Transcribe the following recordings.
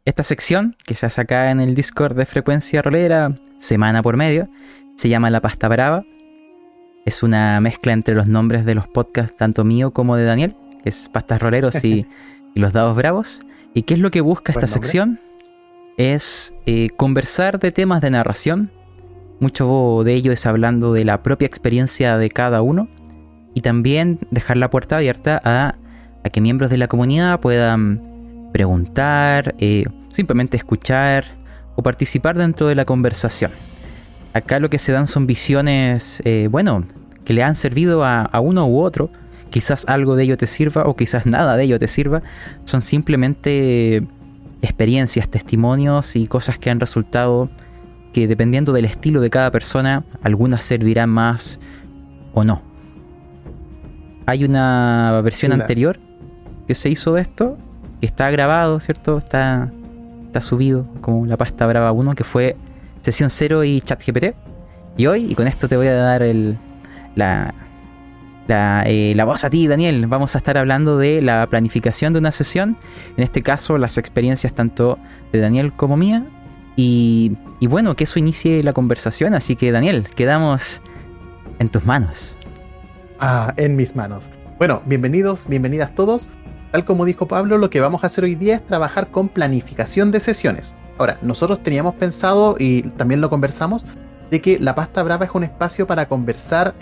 Esta sección, que se hace acá en el Discord de Frecuencia Rolera, semana por medio, se llama La Pasta Brava. Es una mezcla entre los nombres de los podcasts, tanto mío como de Daniel, que es Pastas Roleros y Los Dados Bravos. ¿Y qué es lo que busca esta sección? Es conversar de temas de narración. Mucho de ello es hablando de la propia experiencia de cada uno. Y también dejar la puerta abierta a que miembros de la comunidad puedan preguntar, simplemente escuchar o participar dentro de la conversación. Acá lo que se dan son visiones, que le han servido a uno u otro. Quizás algo de ello te sirva o quizás nada de ello te sirva. Son simplemente experiencias, testimonios y cosas que han resultado que, dependiendo del estilo de cada persona, algunas servirán más o no. Hay una versión anterior que se hizo de esto, que está grabado, ¿cierto? Está subido como La Pasta Brava 1, que fue Sesión 0 y ChatGPT. Y hoy, y con esto te voy a dar la voz a ti, Daniel, vamos a estar hablando de la planificación de una sesión. En este caso, las experiencias tanto de Daniel como mía. Y bueno, que eso inicie la conversación. Así que, Daniel, quedamos en tus manos. En mis manos. Bueno, bienvenidos, bienvenidas todos. Tal como dijo Pablo, lo que vamos a hacer hoy día es trabajar con planificación de sesiones. Ahora, nosotros teníamos pensado, y también lo conversamos, de que La Pasta Brava es un espacio para conversar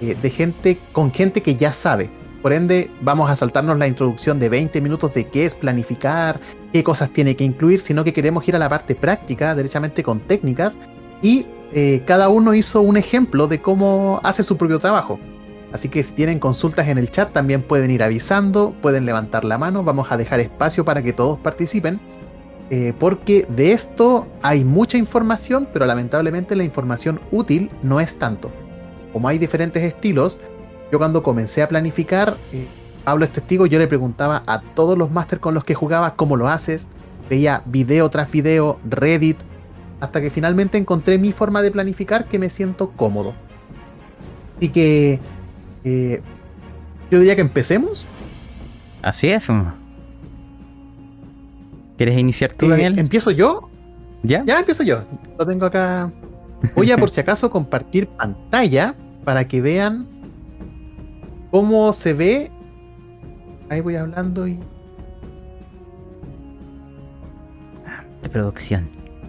con gente que ya sabe. Por ende, vamos a saltarnos la introducción de 20 minutos de qué es planificar, qué cosas tiene que incluir, sino que queremos ir a la parte práctica, derechamente con técnicas, y cada uno hizo un ejemplo de cómo hace su propio trabajo. Así que si tienen consultas en el chat también pueden ir avisando, pueden levantar la mano, vamos a dejar espacio para que todos participen, porque de esto hay mucha información, pero lamentablemente la información útil no es tanto. Como hay diferentes estilos, yo cuando comencé a planificar, Pablo es testigo, yo le preguntaba a todos los másters con los que jugaba cómo lo haces, veía video tras video, Reddit, hasta que finalmente encontré mi forma de planificar que me siento cómodo. Así que yo diría que empecemos. Así es. ¿Quieres iniciar tú, Daniel? ¿Empiezo yo? ¿Ya? Ya empiezo yo. Lo tengo acá. Voy a, por si acaso, compartir pantalla para que vean cómo se ve. Ahí voy hablando y... De producción.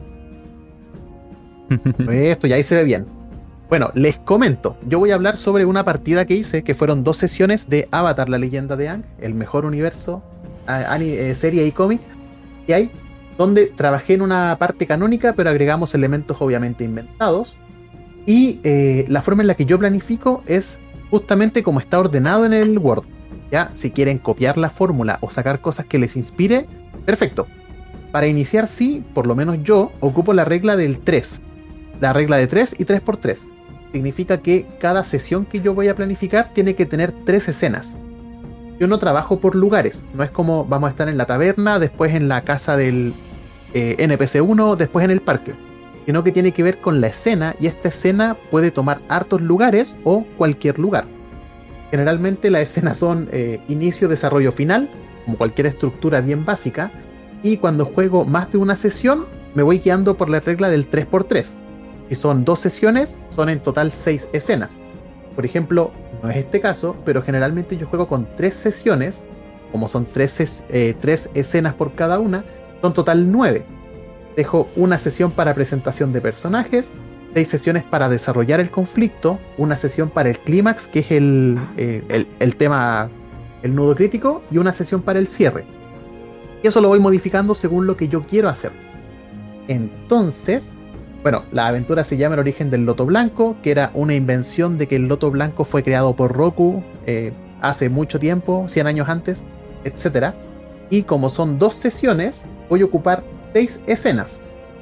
Esto ya ahí se ve bien. Bueno, les comento, yo voy a hablar sobre una partida que hice, que fueron 2 sesiones de Avatar, la leyenda de Aang, el mejor universo, serie y cómic que hay, donde trabajé en una parte canónica, pero agregamos elementos obviamente inventados, y la forma en la que yo planifico es justamente como está ordenado en el Word. ¿Ya? Si quieren copiar la fórmula o sacar cosas que les inspire, perfecto. Para iniciar, sí, por lo menos yo ocupo la regla del 3, la regla de 3 y 3x3. Significa que cada sesión que yo voy a planificar tiene que tener 3 escenas. Yo no trabajo por lugares, no es como vamos a estar en la taberna, después en la casa del NPC1, después en el parque, sino que tiene que ver con la escena, y esta escena puede tomar hartos lugares o cualquier lugar. Generalmente las escenas son inicio, desarrollo, final, como cualquier estructura bien básica, y cuando juego más de una sesión me voy guiando por la regla del 3x3. Si son 2 sesiones, son en total 6 escenas. Por ejemplo, no es este caso, pero generalmente yo juego con 3 sesiones, como son 3 escenas por cada una, son total 9. Dejo una sesión para presentación de personajes, 6 sesiones para desarrollar el conflicto, una sesión para el clímax, que es el tema, el nudo crítico, y una sesión para el cierre. Y eso lo voy modificando según lo que yo quiero hacer. Entonces... Bueno, la aventura se llama El origen del loto blanco, que era una invención de que el loto blanco fue creado por Roku hace mucho tiempo, 100 años antes, etc. Y como son 2 sesiones, voy a ocupar 6 escenas.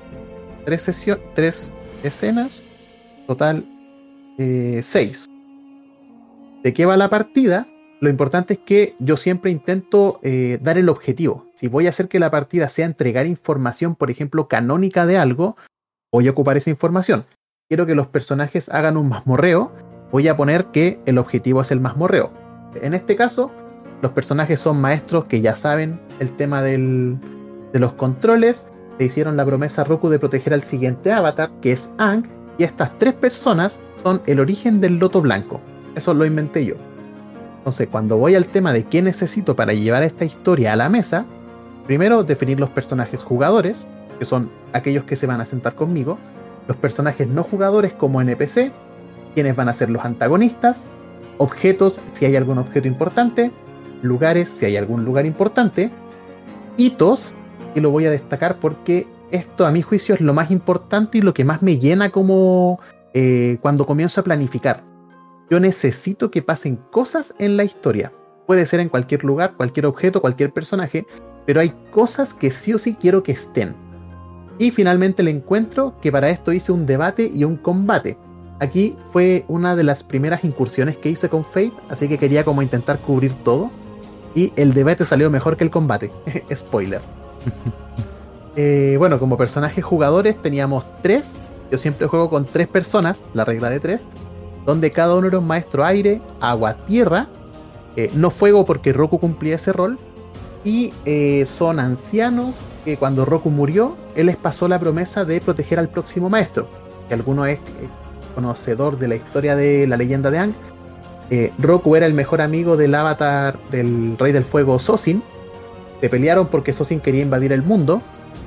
3 escenas, total 6. ¿De qué va la partida? Lo importante es que yo siempre intento dar el objetivo. Si voy a hacer que la partida sea entregar información, por ejemplo, canónica de algo, voy a ocupar esa información. Quiero que los personajes hagan un mazmorreo, voy a poner que el objetivo es el mazmorreo. En este caso, los personajes son maestros que ya saben el tema del De los controles, le hicieron la promesa a Roku de proteger al siguiente avatar, que es Aang, y estas 3 personas son el origen del Loto Blanco. Eso lo inventé yo. Entonces, cuando voy al tema de qué necesito para llevar esta historia a la mesa, primero definir los personajes jugadores, que son aquellos que se van a sentar conmigo, los personajes no jugadores como NPC, quienes van a ser los antagonistas, objetos si hay algún objeto importante, lugares si hay algún lugar importante, hitos, que lo voy a destacar porque esto a mi juicio es lo más importante y lo que más me llena como cuando comienzo a planificar. Yo necesito que pasen cosas en la historia. Puede ser en cualquier lugar, cualquier objeto, cualquier personaje, pero hay cosas que sí o sí quiero que estén. Y finalmente el encuentro, que para esto hice un debate y un combate. Aquí fue una de las primeras incursiones que hice con Fate, así que quería como intentar cubrir todo. Y el debate salió mejor que el combate. Spoiler. Bueno, como personajes jugadores teníamos 3. Yo siempre juego con 3 personas, la regla de 3, donde cada uno era un maestro aire, agua, tierra, no fuego porque Roku cumplía ese rol, y son ancianos que cuando Roku murió, él les pasó la promesa de proteger al próximo maestro. Si alguno es conocedor de la historia de la leyenda de Aang, Roku era el mejor amigo del avatar del Rey del Fuego Sosin. Se pelearon porque Sosin quería invadir el mundo.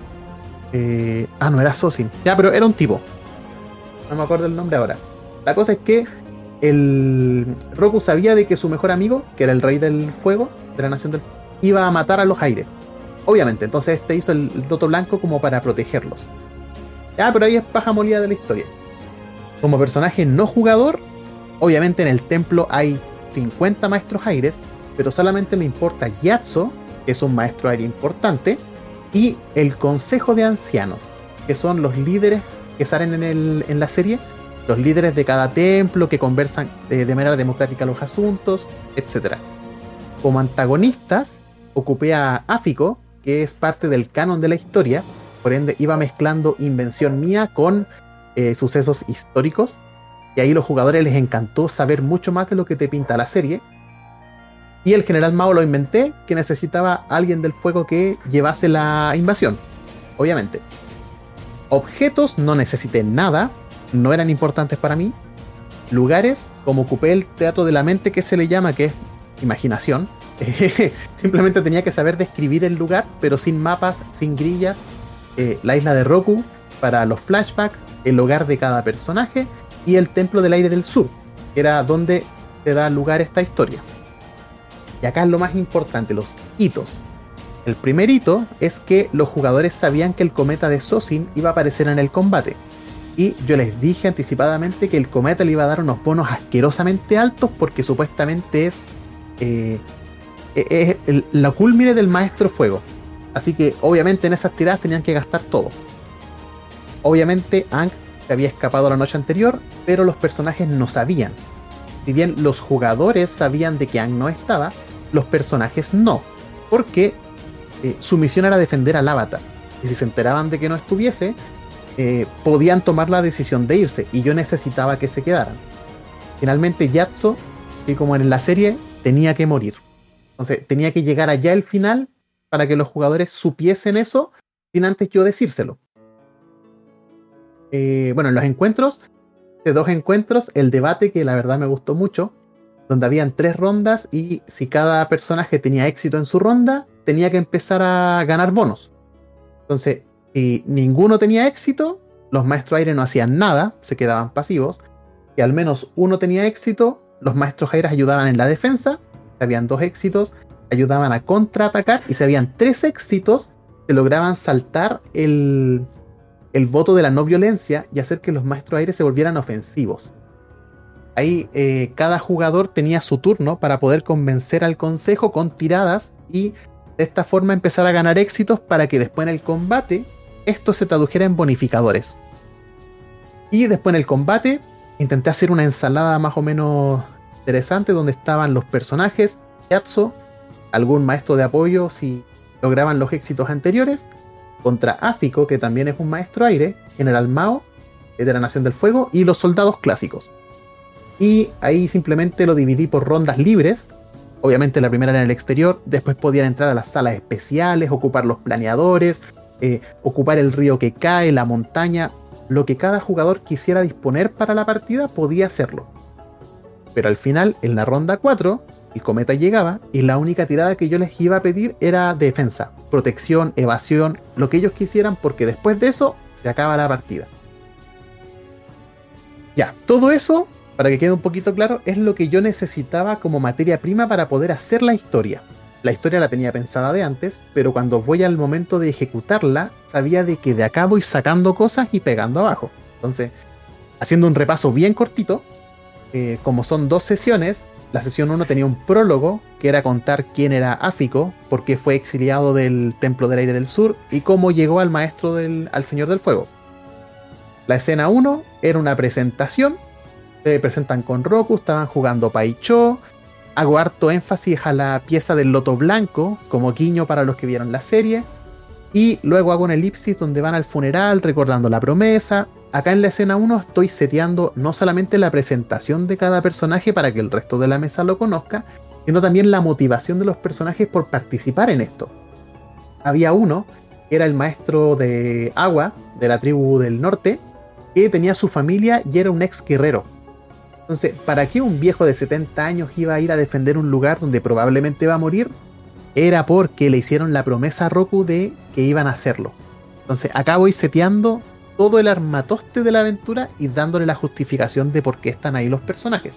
No era Sosin. Ya, pero era un tipo. No me acuerdo el nombre ahora. La cosa es que Roku sabía de que su mejor amigo, que era el Rey del Fuego, de la Nación del Fuego, iba a matar a los aires. Obviamente, entonces este hizo el Loto Blanco como para protegerlos. Ya, pero ahí es paja molida de la historia. Como personaje no jugador, obviamente en el templo hay 50 maestros aires, pero solamente me importa Gyatso, que es un maestro aire importante, y el Consejo de Ancianos, que son los líderes que salen en la serie, los líderes de cada templo que conversan de manera democrática los asuntos, etc. Como antagonistas, ocupé a Áfico, que es parte del canon de la historia, por ende iba mezclando invención mía con sucesos históricos, y ahí los jugadores les encantó saber mucho más de lo que te pinta la serie. Y el general Mao lo inventé, que necesitaba alguien del fuego que llevase la invasión, obviamente. Objetos no necesité nada, no eran importantes para mí. Lugares, como ocupé el teatro de la mente que se le llama, que es imaginación, simplemente tenía que saber describir el lugar, pero sin mapas, sin grillas. La isla de Roku para los flashbacks, el hogar de cada personaje y el templo del aire del sur, que era donde se da lugar a esta historia. Y acá es lo más importante, los hitos. El primer hito es que los jugadores sabían que el cometa de Sosin iba a aparecer en el combate. Y yo les dije anticipadamente que el cometa le iba a dar unos bonos asquerosamente altos porque supuestamente es la culmine del maestro fuego. Así que obviamente en esas tiradas tenían que gastar todo. Obviamente Aang se había escapado la noche anterior, pero los personajes no sabían. Si bien los jugadores sabían de que Aang no estaba, los personajes no, porque su misión era defender al avatar. Y si se enteraban de que no estuviese, podían tomar la decisión de irse, y yo necesitaba que se quedaran. Finalmente Gyatso, así como en la serie, tenía que morir. Entonces tenía que llegar allá el final para que los jugadores supiesen eso sin antes yo decírselo. Bueno, en los encuentros, de 2 encuentros, el debate, que la verdad me gustó mucho, donde habían 3 rondas y si cada personaje tenía éxito en su ronda, tenía que empezar a ganar bonos. Entonces, si ninguno tenía éxito, los maestros aire no hacían nada, se quedaban pasivos. Si al menos uno tenía éxito, los maestros aires ayudaban en la defensa. Si habían 2 éxitos, ayudaban a contraatacar. Y si habían 3 éxitos, se lograban saltar el voto de la no violencia y hacer que los maestros aire se volvieran ofensivos. Ahí cada jugador tenía su turno para poder convencer al consejo con tiradas y de esta forma empezar a ganar éxitos para que después en el combate esto se tradujera en bonificadores. Y después en el combate intenté hacer una ensalada más o menos interesante donde estaban los personajes, Gyatso, algún maestro de apoyo si lograban los éxitos anteriores, contra Áfico, que también es un maestro aire, General Mao, que es de la Nación del Fuego, y los soldados clásicos. Y ahí simplemente lo dividí por rondas libres, Obviamente la primera era en el exterior, después podían entrar a las salas especiales, ocupar los planeadores, ocupar el río que cae, la montaña, lo que cada jugador quisiera disponer para la partida podía hacerlo. Pero al final, en la ronda 4, el cometa llegaba y la única tirada que yo les iba a pedir era defensa, protección, evasión, lo que ellos quisieran, porque después de eso se acaba la partida. Ya, todo eso, para que quede un poquito claro, es lo que yo necesitaba como materia prima para poder hacer la historia. La historia la tenía pensada de antes, pero cuando voy al momento de ejecutarla, sabía de que de acá voy sacando cosas y pegando abajo. Entonces, haciendo un repaso bien cortito, como son 2 sesiones, la sesión 1 tenía un prólogo, que era contar quién era Áfico, por qué fue exiliado del Templo del Aire del Sur y cómo llegó al maestro al Señor del Fuego. La escena 1 era una presentación, se presentan con Roku, estaban jugando Paicho. Hago harto énfasis a la pieza del loto blanco, como guiño para los que vieron la serie. Y luego hago una elipsis donde van al funeral, recordando la promesa. Acá en la escena 1 estoy seteando no solamente la presentación de cada personaje para que el resto de la mesa lo conozca, sino también la motivación de los personajes por participar en esto. Había uno, que era el maestro de agua, de la tribu del norte, que tenía su familia y era un ex guerrero. Entonces, ¿para qué un viejo de 70 años iba a ir a defender un lugar donde probablemente va a morir? Era porque le hicieron la promesa a Roku de que iban a hacerlo. Entonces, acá voy seteando todo el armatoste de la aventura y dándole la justificación de por qué están ahí los personajes.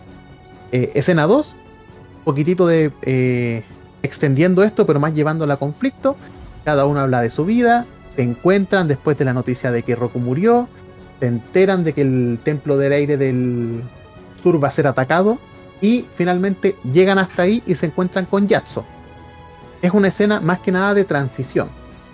Escena 2, un poquitito de extendiendo esto, pero más llevándolo a conflicto. Cada uno habla de su vida, se encuentran después de la noticia de que Roku murió, se enteran de que el Templo del Aire del Sur va a ser atacado y finalmente llegan hasta ahí y se encuentran con Yatso. Es una escena más que nada de transición.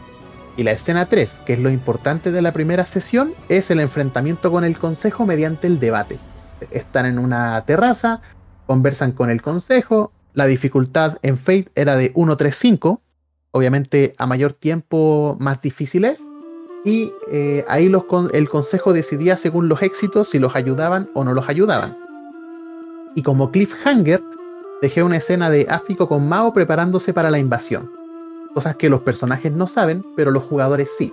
Y la escena 3, que es lo importante de la primera sesión, es el enfrentamiento con el consejo mediante el debate. Están en una terraza, conversan con el consejo, la dificultad en Fate era de 1-3-5, obviamente a mayor tiempo más difícil es. Y ahí el consejo decidía según los éxitos si los ayudaban o no los ayudaban. Y como cliffhanger, dejé una escena de Áfico con Mao preparándose para la invasión. Cosas que los personajes no saben, pero los jugadores sí.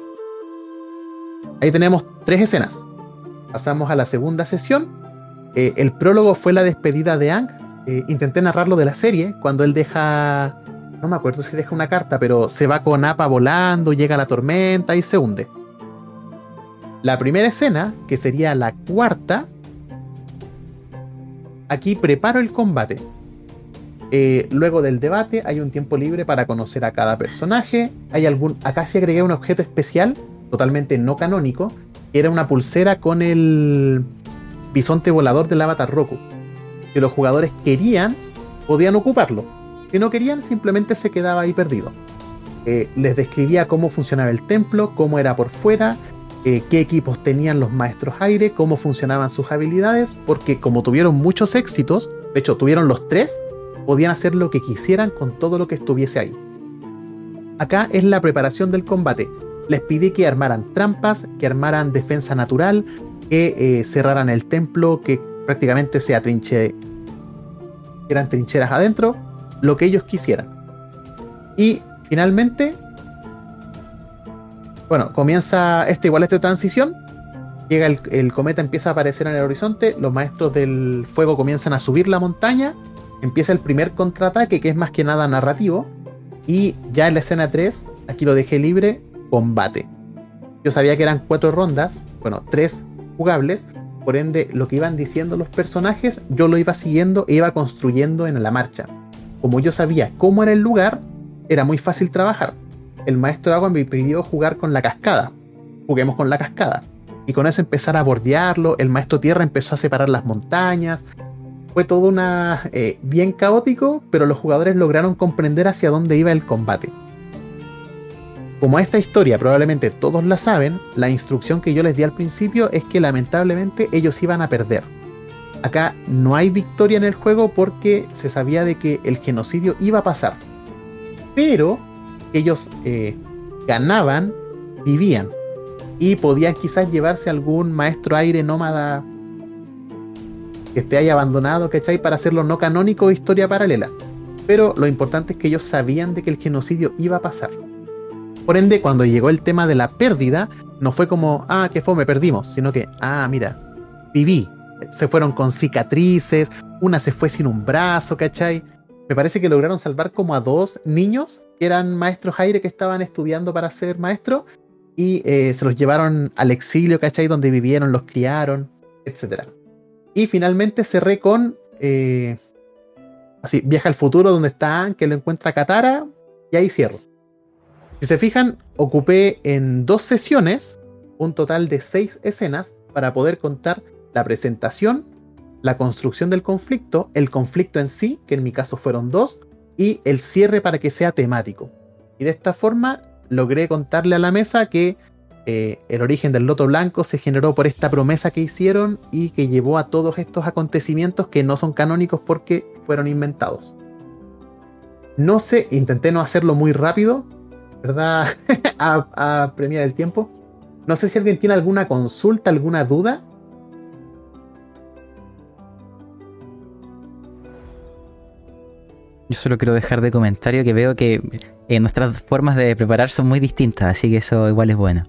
Ahí tenemos 3 escenas. Pasamos a la segunda sesión. El prólogo fue la despedida de Aang. Intenté narrarlo de la serie, cuando él deja... No me acuerdo si deja una carta, pero se va con Appa volando, llega la tormenta y se hunde. La primera escena, que sería la cuarta, aquí preparo el combate. Luego del debate hay un tiempo libre para conocer a cada personaje. Acá sí agregué un objeto especial, totalmente no canónico, que era una pulsera con el bisonte volador del avatar Roku. Si los jugadores querían, podían ocuparlo. Si no querían, simplemente se quedaba ahí perdido. Les describía cómo funcionaba el templo, cómo era por fuera, qué equipos tenían los maestros aire, cómo funcionaban sus habilidades, porque como tuvieron muchos éxitos, de hecho tuvieron los 3, podían hacer lo que quisieran con todo lo que estuviese ahí. Acá es la preparación del combate. Les pedí que armaran trampas, que armaran defensa natural, que cerraran el templo, que prácticamente eran trincheras adentro, lo que ellos quisieran. Y finalmente, bueno, comienza igual esta transición. Llega el cometa, empieza a aparecer en el horizonte, los maestros del fuego comienzan a subir la montaña, empieza el primer contraataque, que es más que nada narrativo, y ya en la escena 3, aquí lo dejé libre, combate. Yo sabía que eran 4 rondas, bueno, 3 jugables, por ende lo que iban diciendo los personajes, yo lo iba siguiendo e iba construyendo en la marcha. Como yo sabía cómo era el lugar, era muy fácil trabajar. El maestro agua me pidió jugar con la cascada. Juguemos con la cascada. Y con eso empezar a bordearlo. El maestro tierra empezó a separar las montañas. Fue todo bien caótico, pero los jugadores lograron comprender hacia dónde iba el combate. Como esta historia probablemente todos la saben, la instrucción que yo les di al principio es que lamentablemente ellos iban a perder. Acá no hay victoria en el juego porque se sabía de que el genocidio iba a pasar. Pero ellos ganaban, vivían. Y podían quizás llevarse algún maestro aire nómada que esté ahí abandonado, ¿cachai? Para hacerlo no canónico o historia paralela. pero lo importante es que ellos sabían de que el genocidio iba a pasar. Por ende, cuando llegó el tema de la pérdida, no fue como, que fome, perdimos, sino que, mira, viví. Se fueron con cicatrices, una se fue sin un brazo, ¿cachai? Me parece que lograron salvar como a 2 niños que eran maestros aire que estaban estudiando para ser maestros y se los llevaron al exilio, ¿cachai? Donde vivieron, los criaron, etc. Y finalmente cerré con así, Viaja al futuro, donde está que lo encuentra Katara, y ahí cierro. Si se fijan, ocupé en 2 sesiones un total de 6 escenas para poder contar la presentación, la construcción del conflicto, el conflicto en sí, que en mi caso fueron 2, y el cierre para que sea temático. Y de esta forma logré contarle a la mesa que el origen del Loto Blanco se generó por esta promesa que hicieron y que llevó a todos estos acontecimientos que no son canónicos porque fueron inventados. No sé, intenté no hacerlo muy rápido, ¿verdad? a premiar el tiempo. No sé si alguien tiene alguna consulta, alguna duda. Yo solo quiero dejar de comentario que veo que nuestras formas de preparar son muy distintas, así que eso igual es bueno.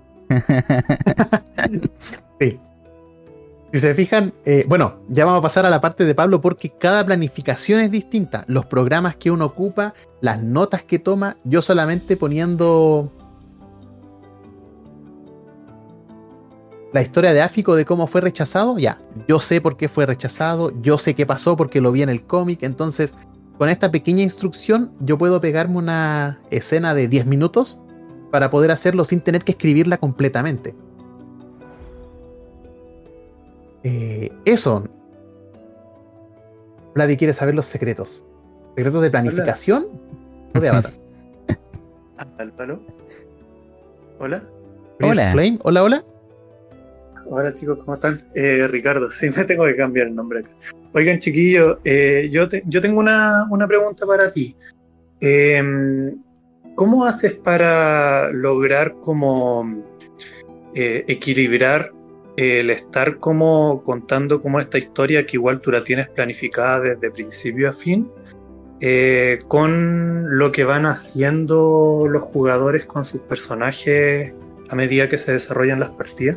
Sí. Si se fijan, bueno, ya vamos a pasar a la parte de Pablo porque cada planificación es distinta. Los programas que uno ocupa, las notas que toma, yo solamente poniendo la historia de Áfico de cómo fue rechazado, ya, yo sé por qué fue rechazado, yo sé qué pasó porque lo vi en el cómic, entonces con esta pequeña instrucción yo puedo pegarme una escena de 10 minutos para poder hacerlo sin tener que escribirla completamente. Eso. Vladi quiere saber los secretos. ¿Secretos de planificación o de Avatar? Álvaro. Hola. Hola. Flame. Hola, hola. Hola chicos, ¿cómo están? Ricardo, sí me tengo que cambiar el nombre acá. Oigan chiquillos, yo tengo una pregunta para ti. ¿Cómo haces para lograr como equilibrar el estar como contando como esta historia que igual tú la tienes planificada desde principio a fin con lo que van haciendo los jugadores con sus personajes a medida que se desarrollan las partidas?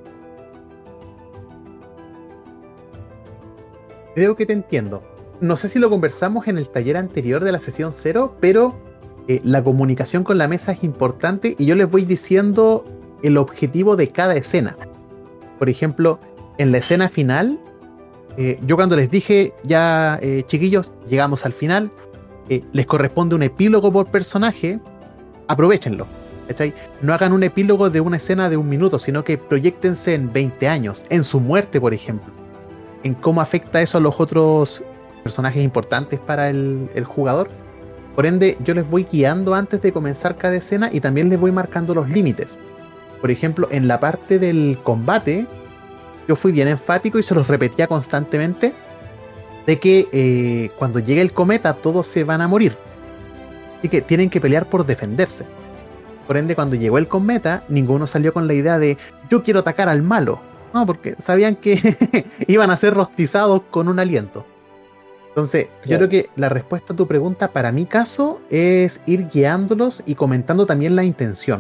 Creo que te entiendo. No sé si lo conversamos en el taller anterior de la sesión 0, pero la comunicación con la mesa es importante y yo les voy diciendo el objetivo de cada escena. Por ejemplo, en la escena final, yo cuando les dije, ya chiquillos, llegamos al final, les corresponde un epílogo por personaje, aprovechenlo. ¿Cachai? No hagan un epílogo de una escena de 1 minuto, sino que proyéctense en 20 años, en su muerte, por ejemplo. En cómo afecta eso a los otros personajes importantes para el jugador. Por ende, yo les voy guiando antes de comenzar cada escena y también les voy marcando los límites. Por ejemplo, en la parte del combate, yo fui bien enfático y se los repetía constantemente de que cuando llegue el cometa todos se van a morir. Así que tienen que pelear por defenderse. Por ende, cuando llegó el cometa, ninguno salió con la idea de yo quiero atacar al malo. No, porque sabían que iban a ser rostizados con un aliento. Entonces, claro, yo creo que la respuesta a tu pregunta, para mi caso, es ir guiándolos y comentando también la intención.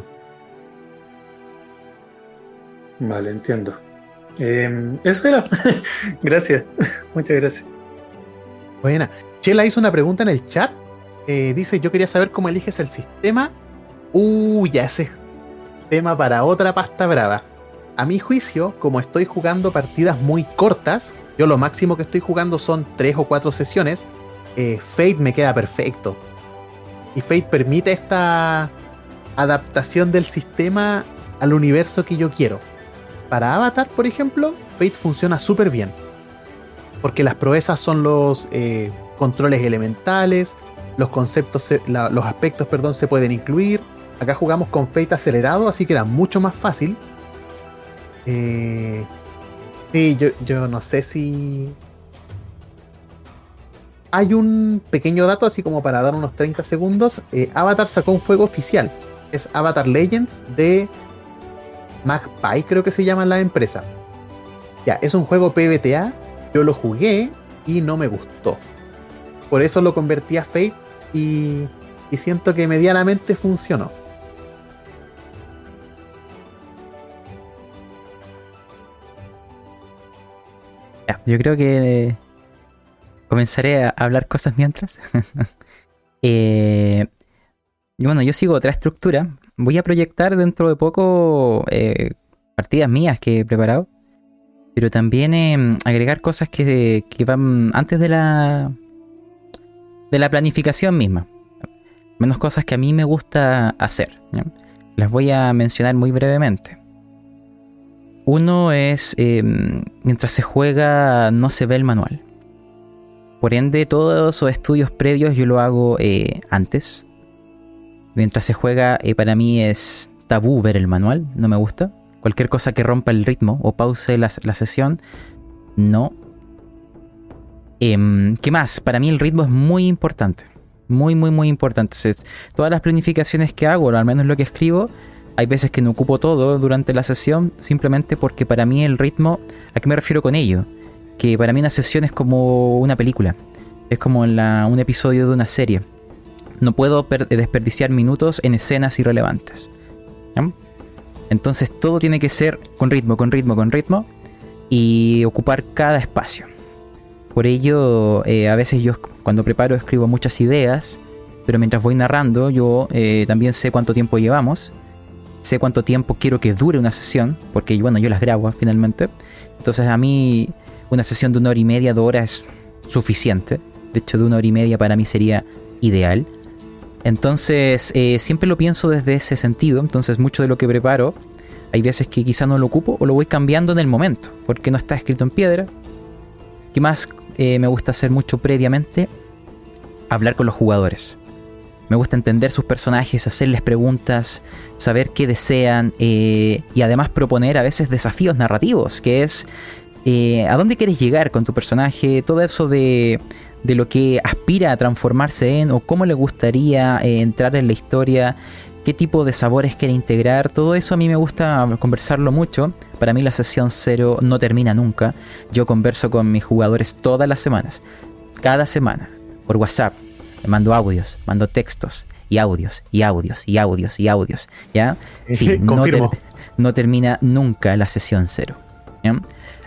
Vale, entiendo. Eso era. Gracias. Muchas gracias. Buena. Chela hizo una pregunta en el chat. Dice, yo quería saber cómo eliges el sistema. Ya ese tema para otra pasta brava. A mi juicio, como estoy jugando partidas muy cortas, yo lo máximo que estoy jugando son 3 o 4 sesiones, Fate me queda perfecto. Y Fate permite esta adaptación del sistema al universo que yo quiero. Para Avatar, por ejemplo, Fate funciona súper bien. Porque las proezas son los controles elementales, los conceptos, los aspectos, se pueden incluir. Acá jugamos con Fate acelerado, así que era mucho más fácil. Sí, yo no sé si hay un pequeño dato, así como para dar unos 30 segundos. Avatar sacó un juego oficial, es Avatar Legends de Magpie, creo que se llama la empresa. Ya, es un juego PBTA, yo lo jugué y no me gustó. por eso lo convertí a Fate y siento que medianamente funcionó. Ya, yo creo que comenzaré a hablar cosas mientras. Y bueno, yo sigo otra estructura. Voy a proyectar dentro de poco partidas mías que he preparado, pero también agregar cosas que van antes de la planificación misma. Menos cosas que a mí me gusta hacer, ¿ya? Las voy a mencionar muy brevemente. Uno es, mientras se juega no se ve el manual. Por ende, todos esos estudios previos yo lo hago antes. Mientras se juega, para mí es tabú ver el manual, no me gusta. Cualquier cosa que rompa el ritmo o pause la sesión, no. ¿Qué más? Para mí el ritmo es muy importante. Muy, muy, muy importante. Todas las planificaciones que hago, o al menos lo que escribo, hay veces que no ocupo todo durante la sesión, simplemente porque para mí el ritmo, ¿a qué me refiero con ello? Que para mí una sesión es como una película, es como un episodio de una serie. No puedo desperdiciar minutos en escenas irrelevantes, ¿ya? Entonces todo tiene que ser con ritmo, con ritmo, con ritmo, y ocupar cada espacio. Por ello, a veces yo cuando preparo escribo muchas ideas, pero mientras voy narrando yo también sé cuánto tiempo llevamos, sé cuánto tiempo quiero que dure una sesión, porque bueno, yo las grabo finalmente. Entonces a mí una sesión de 1 hora y media, 2 horas es suficiente. De hecho, de 1 hora y media para mí sería ideal. Entonces siempre lo pienso desde ese sentido. Entonces mucho de lo que preparo, hay veces que quizá no lo ocupo o lo voy cambiando en el momento, porque no está escrito en piedra. ¿Qué más me gusta hacer mucho previamente? Hablar con los jugadores. Me gusta entender sus personajes, hacerles preguntas, saber qué desean y además proponer a veces desafíos narrativos, que es a dónde quieres llegar con tu personaje, todo eso de lo que aspira a transformarse en o cómo le gustaría entrar en la historia, qué tipo de sabores quiere integrar. Todo eso a mí me gusta conversarlo mucho. Para mí la sesión 0 no termina nunca. Yo converso con mis jugadores todas las semanas, cada semana, por WhatsApp. Mando audios, mando textos y audios y audios y audios y audios, ¿ya? Sí, no termina nunca la sesión 0, ¿ya?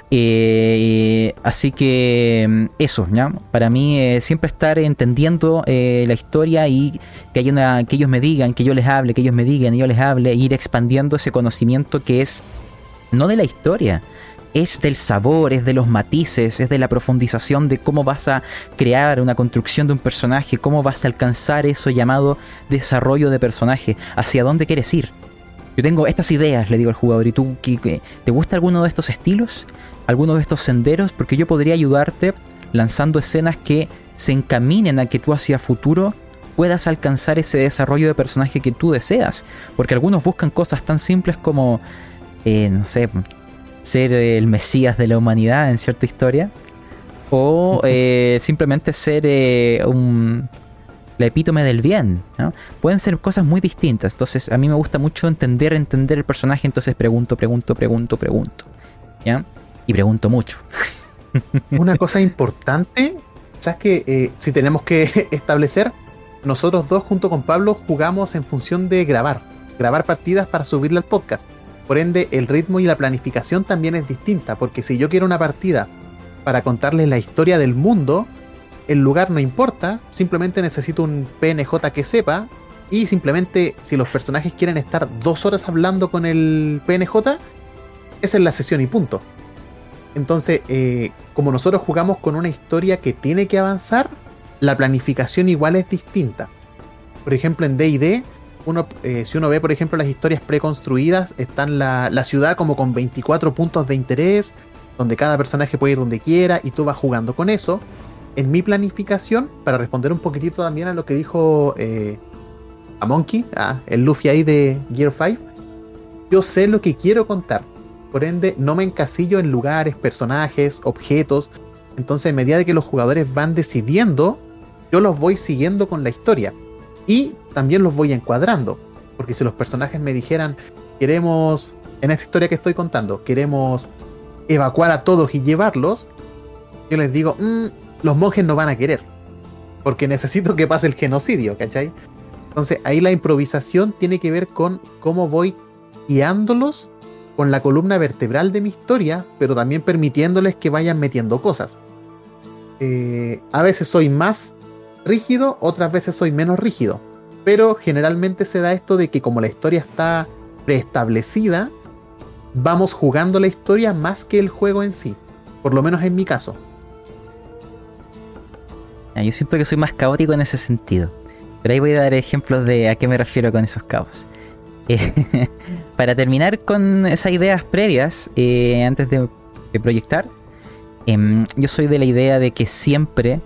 Así que eso, ¿ya? Para mí siempre estar entendiendo la historia y que ellos me digan, que yo les hable, que ellos me digan y yo les hable, e ir expandiendo ese conocimiento que es no de la historia, es del sabor, es de los matices, es de la profundización de cómo vas a crear una construcción de un personaje, cómo vas a alcanzar eso llamado desarrollo de personaje, hacia dónde quieres ir. Yo tengo estas ideas, le digo al jugador, ¿y tú te gusta alguno de estos estilos? ¿Alguno de estos senderos? Porque yo podría ayudarte lanzando escenas que se encaminen a que tú hacia futuro puedas alcanzar ese desarrollo de personaje que tú deseas. Porque algunos buscan cosas tan simples como, no sé, ser el mesías de la humanidad en cierta historia, o simplemente ser la epítome del bien, ¿no? Pueden ser cosas muy distintas. Entonces a mí me gusta mucho entender el personaje. Entonces pregunto, ¿ya? Y pregunto mucho. Una cosa importante, ¿sabes que si tenemos que establecer, nosotros dos junto con Pablo jugamos en función de grabar partidas para subirle al podcast? Por ende, el ritmo y la planificación también es distinta, porque si yo quiero una partida para contarles la historia del mundo, el lugar no importa, simplemente necesito un PNJ que sepa, y simplemente si los personajes quieren estar 2 horas hablando con el PNJ, esa es la sesión y punto. Entonces, como nosotros jugamos con una historia que tiene que avanzar, la planificación igual es distinta. Por ejemplo, en D&D, si uno ve, por ejemplo, las historias preconstruidas, están la ciudad como con 24 puntos de interés, donde cada personaje puede ir donde quiera y tú vas jugando con eso. En mi planificación, para responder un poquitito también a lo que dijo a Monkey, el Luffy ahí de Gear 5, yo sé lo que quiero contar. Por ende, no me encasillo en lugares, personajes, objetos. Entonces, a medida de que los jugadores van decidiendo, yo los voy siguiendo con la historia. Y también los voy encuadrando. Porque si los personajes me dijeran, queremos, en esta historia que estoy contando, queremos evacuar a todos y llevarlos, yo les digo, los monjes no van a querer. porque necesito que pase el genocidio, ¿cachai? Entonces ahí la improvisación tiene que ver con cómo voy guiándolos con la columna vertebral de mi historia, pero también permitiéndoles que vayan metiendo cosas. A veces soy más rígido, otras veces soy menos rígido, pero generalmente se da esto de que como la historia está preestablecida, vamos jugando la historia más que el juego en sí, por lo menos en mi caso. Yo siento que soy más caótico en ese sentido, pero ahí voy a dar ejemplos de a qué me refiero con esos caos. Para terminar con esas ideas previas, antes de proyectar, yo soy de la idea de que siempre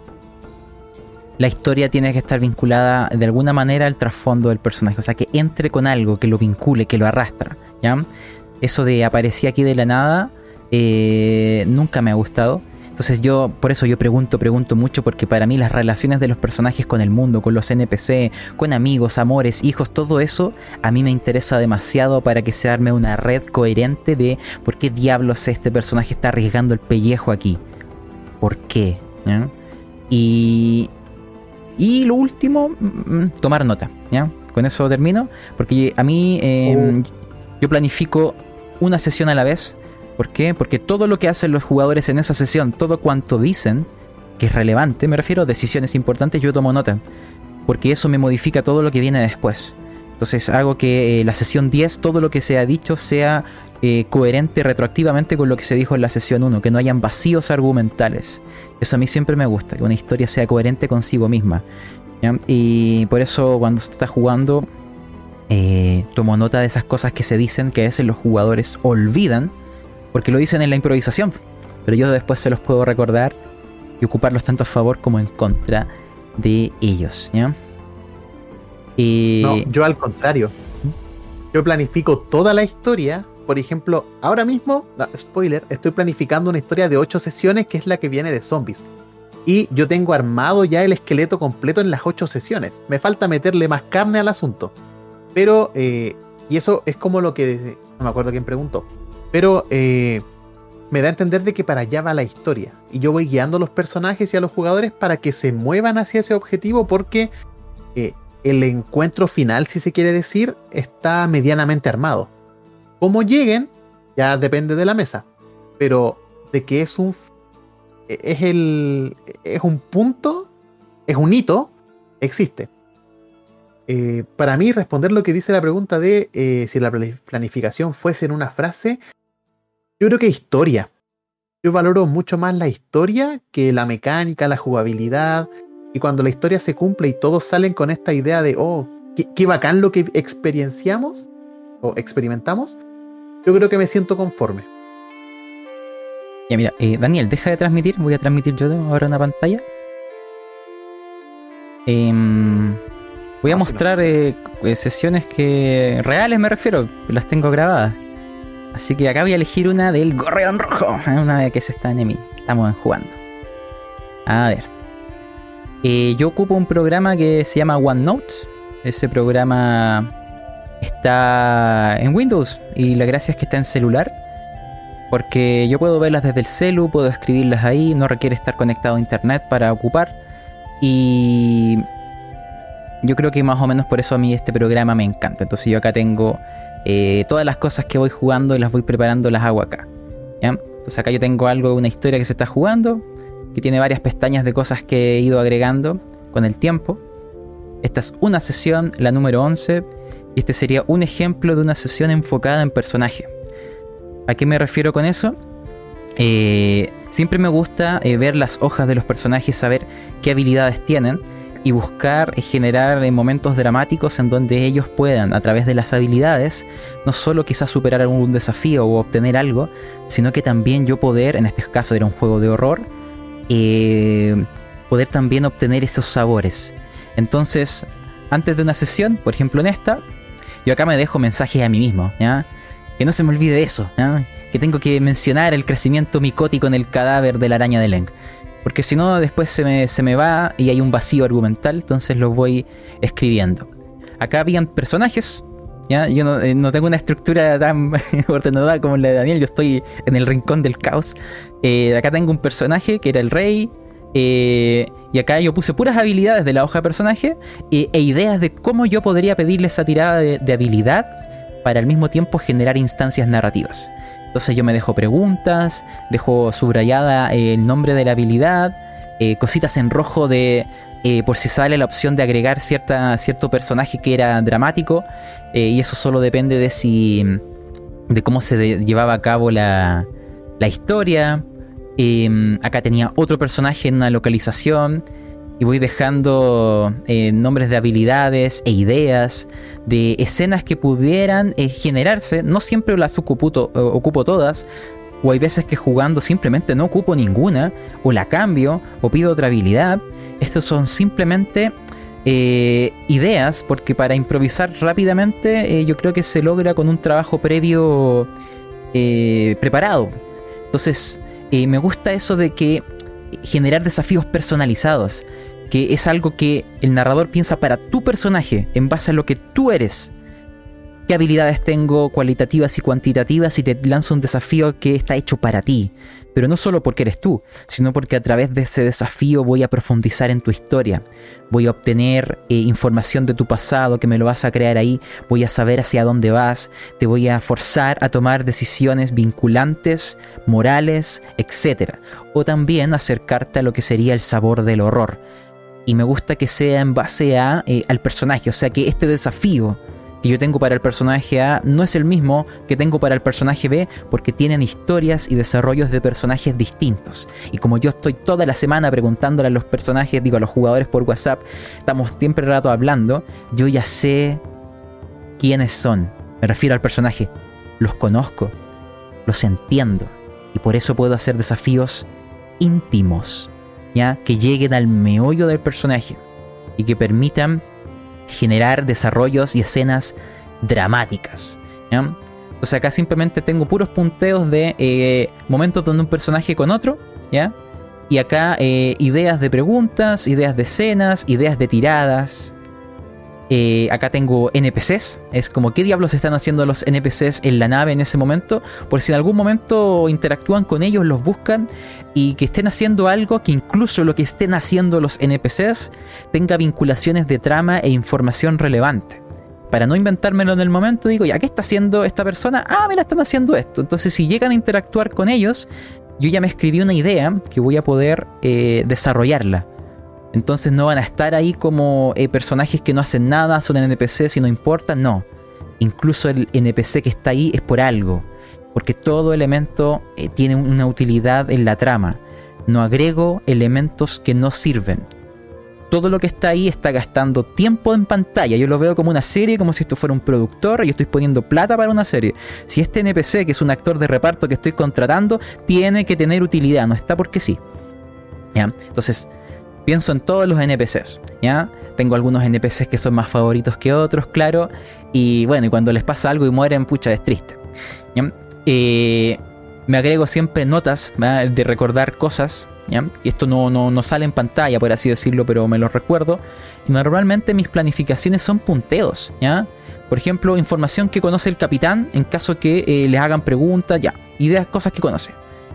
la historia tiene que estar vinculada de alguna manera al trasfondo del personaje, o sea, que entre con algo, que lo vincule, que lo arrastra, ¿ya? Eso de aparecí aquí de la nada, nunca me ha gustado. Entonces por eso yo pregunto mucho, porque para mí las relaciones de los personajes con el mundo, con los NPC, con amigos, amores, hijos, todo eso a mí me interesa demasiado para que se arme una red coherente de por qué diablos este personaje está arriesgando el pellejo aquí. ¿Por qué? ¿Ya? Y lo último, tomar nota, ¿ya? Con eso termino, porque a mí yo planifico una sesión a la vez. ¿Por qué? Porque todo lo que hacen los jugadores en esa sesión, todo cuanto dicen que es relevante, me refiero a decisiones importantes, yo tomo nota, porque eso me modifica todo lo que viene después. Entonces hago que la sesión 10, todo lo que se ha dicho sea coherente retroactivamente con lo que se dijo en la sesión 1, que no hayan vacíos argumentales. Eso a mí siempre me gusta, que una historia sea coherente consigo misma, ¿ya? Y por eso cuando se está jugando, tomo nota de esas cosas que se dicen, que a veces los jugadores olvidan, porque lo dicen en la improvisación, pero yo después se los puedo recordar y ocuparlos tanto a favor como en contra de ellos, ¿ya? No, yo al contrario. Yo planifico toda la historia. Por ejemplo, ahora mismo, spoiler, estoy planificando una historia de 8 sesiones, que es la que viene de zombies. Y yo tengo armado ya el esqueleto completo en las 8 sesiones. Me falta meterle más carne al asunto. Pero, y eso es como lo que... No me acuerdo quién preguntó. Pero me da a entender de que para allá va la historia. Y yo voy guiando a los personajes y a los jugadores para que se muevan hacia ese objetivo, porque el encuentro final, si se quiere decir, está medianamente armado. Cómo lleguen, ya depende de la mesa. Pero de que es un punto, es un hito, existe. Para mí, responder lo que dice la pregunta de si la planificación fuese en una frase, yo creo que historia. Yo valoro mucho más la historia que la mecánica, la jugabilidad. Y cuando la historia se cumple y todos salen con esta idea de, oh, qué bacán lo que experienciamos o experimentamos, yo creo que me siento conforme. Ya mira, Daniel, deja de transmitir. Voy a transmitir yo ahora una pantalla. Voy a mostrar sesiones reales, me refiero, las tengo grabadas. Así que acá voy a elegir una del Gorrión Rojo, una que se está estamos jugando. A ver, yo ocupo un programa que se llama OneNote. Ese programa está en Windows y la gracia es que está en celular, porque yo puedo verlas desde el celu, puedo escribirlas ahí, no requiere estar conectado a internet para ocupar. Y yo creo que más o menos por eso a mí este programa me encanta. Entonces yo acá tengo todas las cosas que voy jugando y las voy preparando, las hago acá, ¿ya? Entonces acá yo tengo una historia que se está jugando, que tiene varias pestañas de cosas que he ido agregando con el tiempo. Esta es una sesión, la número 11, y este sería un ejemplo de una sesión enfocada en personaje. ¿A qué me refiero con eso? Siempre me gusta ver las hojas de los personajes, saber qué habilidades tienen y buscar generar momentos dramáticos en donde ellos puedan, a través de las habilidades, no solo quizás superar algún desafío o obtener algo, sino que también yo poder, en este caso era un juego de horror, poder también obtener esos sabores. Entonces, antes de una sesión, por ejemplo en esta, yo acá me dejo mensajes a mí mismo, ¿ya? Que no se me olvide eso, ¿ya? Que tengo que mencionar el crecimiento micótico en el cadáver de la araña de Leng, porque si no después se me va y hay un vacío argumental, entonces lo voy escribiendo. Acá habían personajes, ¿ya? Yo no tengo una estructura tan ordenada como la de Daniel, yo estoy en el rincón del caos. Acá tengo un personaje que era el rey, Y acá yo puse puras habilidades de la hoja de personaje e ideas de cómo yo podría pedirle esa tirada de habilidad para al mismo tiempo generar instancias narrativas. Entonces yo me dejo preguntas, dejo subrayada el nombre de la habilidad, cositas en rojo de por si sale la opción de agregar cierto personaje que era dramático, y eso solo depende de cómo se llevaba a cabo la historia. Acá tenía otro personaje en una localización y voy dejando nombres de habilidades e ideas de escenas que pudieran generarse. No siempre las ocupo todas, o hay veces que jugando simplemente no ocupo ninguna, o la cambio, o pido otra habilidad. Estos son simplemente ideas, porque para improvisar rápidamente yo creo que se logra con un trabajo previo preparado. Entonces me gusta eso de que generar desafíos personalizados, que es algo que el narrador piensa para tu personaje, en base a lo que tú eres. ¿Qué habilidades tengo cualitativas y cuantitativas? Y te lanzo un desafío que está hecho para ti. Pero no solo porque eres tú, sino porque a través de ese desafío voy a profundizar en tu historia. Voy a obtener información de tu pasado que me lo vas a crear ahí. Voy a saber hacia dónde vas. Te voy a forzar a tomar decisiones vinculantes, morales, etc. O también acercarte a lo que sería el sabor del horror. Y me gusta que sea en base al personaje. O sea que este desafío que yo tengo para el personaje A no es el mismo que tengo para el personaje B, porque tienen historias y desarrollos de personajes distintos. Y como yo estoy toda la semana preguntándole a los personajes, a los jugadores por WhatsApp, estamos siempre rato hablando, yo ya sé quiénes son. Me refiero al personaje. Los conozco, los entiendo, y por eso puedo hacer desafíos íntimos, ¿ya? Que lleguen al meollo del personaje y que permitan generar desarrollos y escenas dramáticas, ¿ya? O sea, acá simplemente tengo puros punteos de momentos donde un personaje con otro, ¿ya? Y acá ideas de preguntas, ideas de escenas, ideas de tiradas. Acá tengo NPCs, es como qué diablos están haciendo los NPCs en la nave en ese momento, por si en algún momento interactúan con ellos, los buscan, y que estén haciendo algo que incluso lo que estén haciendo los NPCs tenga vinculaciones de trama e información relevante. Para no inventármelo en el momento, digo, ya, ¿qué está haciendo esta persona? Ah, mira, están haciendo esto. Entonces, si llegan a interactuar con ellos, yo ya me escribí una idea que voy a poder desarrollarla. Entonces no van a estar ahí como personajes que no hacen nada, son NPCs y no importan, no. Incluso el NPC que está ahí es por algo, porque todo elemento tiene una utilidad en la trama. No agrego elementos que no sirven. Todo lo que está ahí está gastando tiempo en pantalla. Yo lo veo como una serie, como si esto fuera un productor y yo estoy poniendo plata para una serie. Si este NPC, que es un actor de reparto que estoy contratando, tiene que tener utilidad, no está porque sí, ¿ya? Entonces pienso en todos los NPCs, ¿ya? Tengo algunos NPCs que son más favoritos que otros, claro. Y bueno, y cuando les pasa algo y mueren, pucha, es triste, ¿ya? Me agrego siempre notas, ¿verdad?, de recordar cosas, ¿ya? Y esto no sale en pantalla, por así decirlo, pero me lo recuerdo. Y normalmente mis planificaciones son punteos, ¿ya? Por ejemplo, información que conoce el capitán en caso que les hagan preguntas, ya. Ideas, cosas que conoce.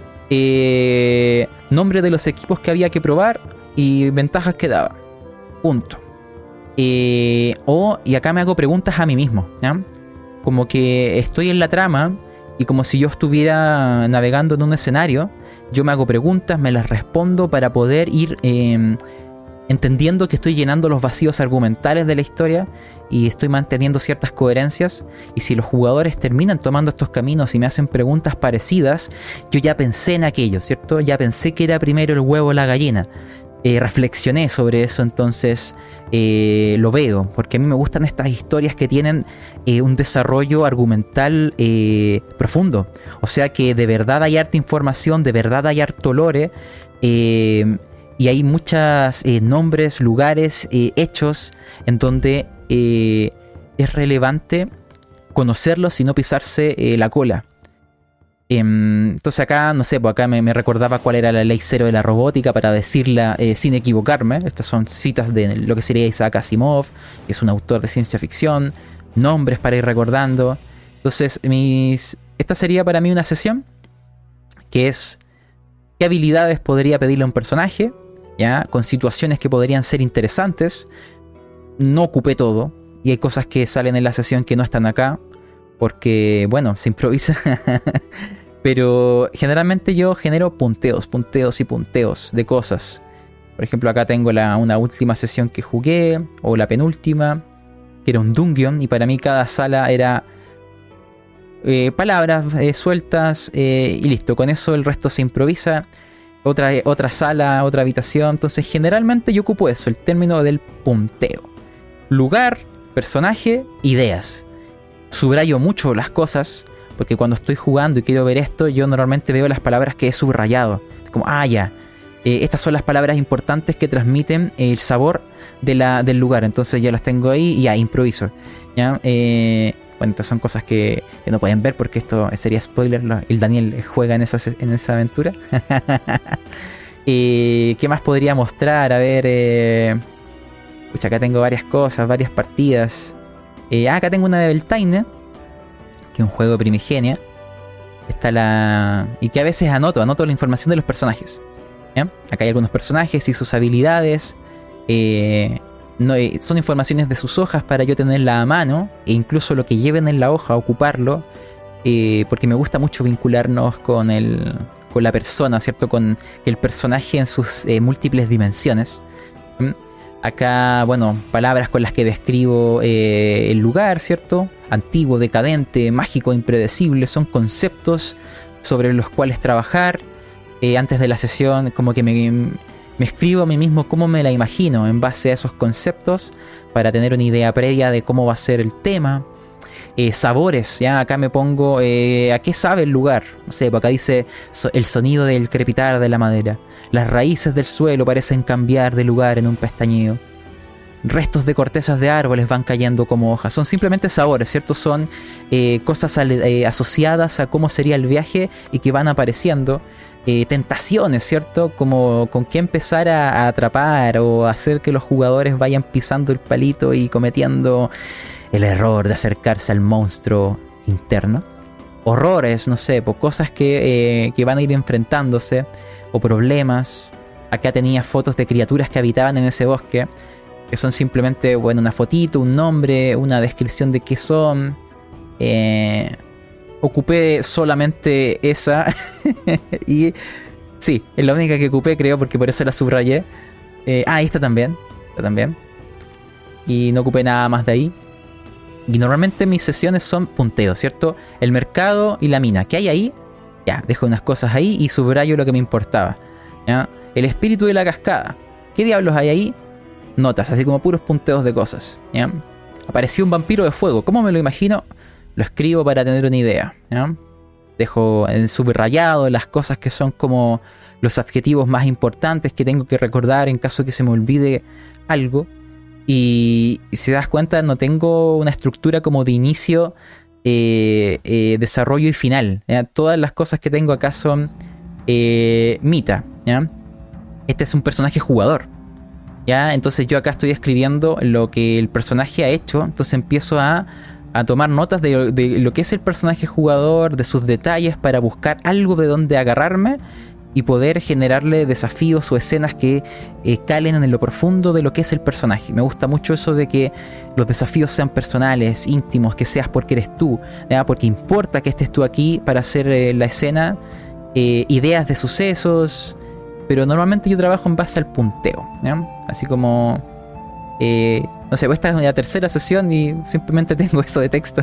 Nombre de los equipos que había que probar y ventajas que daba. Punto. Y acá me hago preguntas a mí mismo, ¿ya? Como que estoy en la trama y como si yo estuviera navegando en un escenario, yo me hago preguntas, me las respondo para poder ir entendiendo que estoy llenando los vacíos argumentales de la historia y estoy manteniendo ciertas coherencias. Y si los jugadores terminan tomando estos caminos y me hacen preguntas parecidas, yo ya pensé en aquello, ¿cierto? Ya pensé que era primero el huevo o la gallina. Reflexioné sobre eso, entonces lo veo, porque a mí me gustan estas historias que tienen un desarrollo argumental profundo. O sea que de verdad hay harta información, de verdad hay harto lore, y hay muchos nombres, lugares, hechos en donde es relevante conocerlos y no pisarse la cola. Entonces acá, no sé, pues acá me recordaba cuál era la ley cero de la robótica para decirla sin equivocarme. Estas son citas de lo que sería Isaac Asimov, que es un autor de ciencia ficción, nombres para ir recordando. Entonces esta sería para mí una sesión que es: ¿qué habilidades podría pedirle a un personaje? ¿ya? Con situaciones que podrían ser interesantes. No ocupé todo. Y hay cosas que salen en la sesión que no están acá. Porque, bueno, se improvisa. Pero generalmente yo genero punteos de cosas. Por ejemplo, acá tengo una última sesión que jugué, o la penúltima, que era un dungeon, y para mí cada sala era palabras sueltas y listo. Con eso el resto se improvisa. Otra sala, otra habitación. Entonces generalmente yo ocupo eso, el término del punteo. Lugar, personaje, ideas. Subrayo mucho las cosas, porque cuando estoy jugando y quiero ver esto, yo normalmente veo las palabras que he subrayado. Como, ya. Estas son las palabras importantes que transmiten el sabor del lugar. Entonces ya las tengo ahí y ya improviso. ¿Ya? Bueno, estas son cosas que no pueden ver porque esto sería spoiler. El Daniel juega en esa aventura. ¿Qué más podría mostrar? A ver. Pucha, acá tengo varias cosas, varias partidas. Acá tengo una de Beltane, que es un juego primigenia. Y que a veces anoto la información de los personajes. ¿Ya? Acá hay algunos personajes y sus habilidades. Son informaciones de sus hojas para yo tenerla a mano. E incluso lo que lleven en la hoja, ocuparlo. Porque me gusta mucho vincularnos con la persona, ¿cierto? Con el personaje en sus múltiples dimensiones. Acá, bueno, palabras con las que describo el lugar, ¿cierto? Antiguo, decadente, mágico, impredecible. Son conceptos sobre los cuales trabajar. Antes de la sesión, como que me escribo a mí mismo cómo me la imagino en base a esos conceptos para tener una idea previa de cómo va a ser el tema. Sabores, ya acá me pongo a qué sabe el lugar. No sé, acá dice el sonido del crepitar de la madera. Las raíces del suelo parecen cambiar de lugar en un pestañeo. Restos de cortezas de árboles van cayendo como hojas. Son simplemente sabores, ¿cierto? Son cosas asociadas a cómo sería el viaje y que van apareciendo. Tentaciones, ¿cierto? Como con qué empezar a atrapar o hacer que los jugadores vayan pisando el palito y cometiendo el error de acercarse al monstruo interno. Horrores, no sé, cosas que van a ir enfrentándose o problemas. Acá tenía fotos de criaturas que habitaban en ese bosque, que son simplemente, bueno, una fotito, un nombre, una descripción de qué son. Ocupé solamente esa y sí, es la única que ocupé, creo, porque por eso la subrayé. Esta también. Y no ocupé nada más de ahí. Y normalmente mis sesiones son punteos, ¿cierto? El mercado y la mina. ¿Qué hay ahí? Ya, dejo unas cosas ahí y subrayo lo que me importaba. ¿Ya? El espíritu de la cascada. ¿Qué diablos hay ahí? Notas, así como puros punteos de cosas. ¿Ya? Apareció un vampiro de fuego. ¿Cómo me lo imagino? Lo escribo para tener una idea. ¿Ya? Dejo en subrayado las cosas que son como los adjetivos más importantes que tengo que recordar en caso de que se me olvide algo. Y si te das cuenta, no tengo una estructura como de inicio, desarrollo y final. ¿Ya? Todas las cosas que tengo acá son Mita. ¿Ya? Este es un personaje jugador. ¿Ya? Entonces yo acá estoy escribiendo lo que el personaje ha hecho. Entonces empiezo a tomar notas de lo que es el personaje jugador, de sus detalles, para buscar algo de donde agarrarme y poder generarle desafíos o escenas que calen en lo profundo de lo que es el personaje. Me gusta mucho eso de que los desafíos sean personales, íntimos, que seas porque eres tú, ¿ya? Porque importa que estés tú aquí para hacer la escena, ideas de sucesos, pero normalmente yo trabajo en base al punteo, ¿ya? Así como... no sé, esta es la tercera sesión y simplemente tengo eso de texto.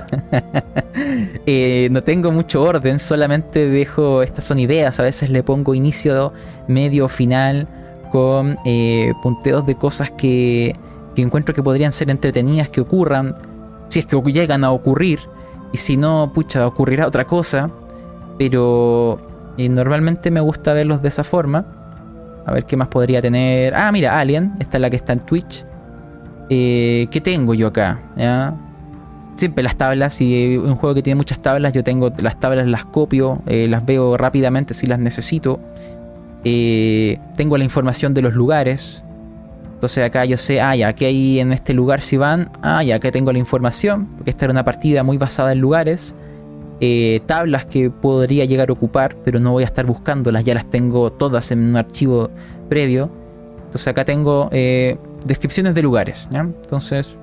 No tengo mucho orden, solamente dejo, estas son ideas, a veces le pongo inicio, medio, final, con punteos de cosas que encuentro que podrían ser entretenidas, que ocurran, si es que llegan a ocurrir, y si no, pucha, ocurrirá otra cosa, pero normalmente me gusta verlos de esa forma. A ver qué más podría tener. Mira, Alien, esta es la que está en Twitch. ¿Qué tengo yo acá? ¿Ya? Siempre las tablas. Si un juego que tiene muchas tablas, yo tengo las tablas, las copio, las veo rápidamente si las necesito. Tengo la información de los lugares. Entonces acá yo sé, ya, ¿qué hay en este lugar si van? Ya, acá tengo la información, porque esta era una partida muy basada en lugares. Tablas que podría llegar a ocupar, pero no voy a estar buscándolas, ya las tengo todas en un archivo previo. Entonces acá tengo descripciones de lugares, ¿ya? Entonces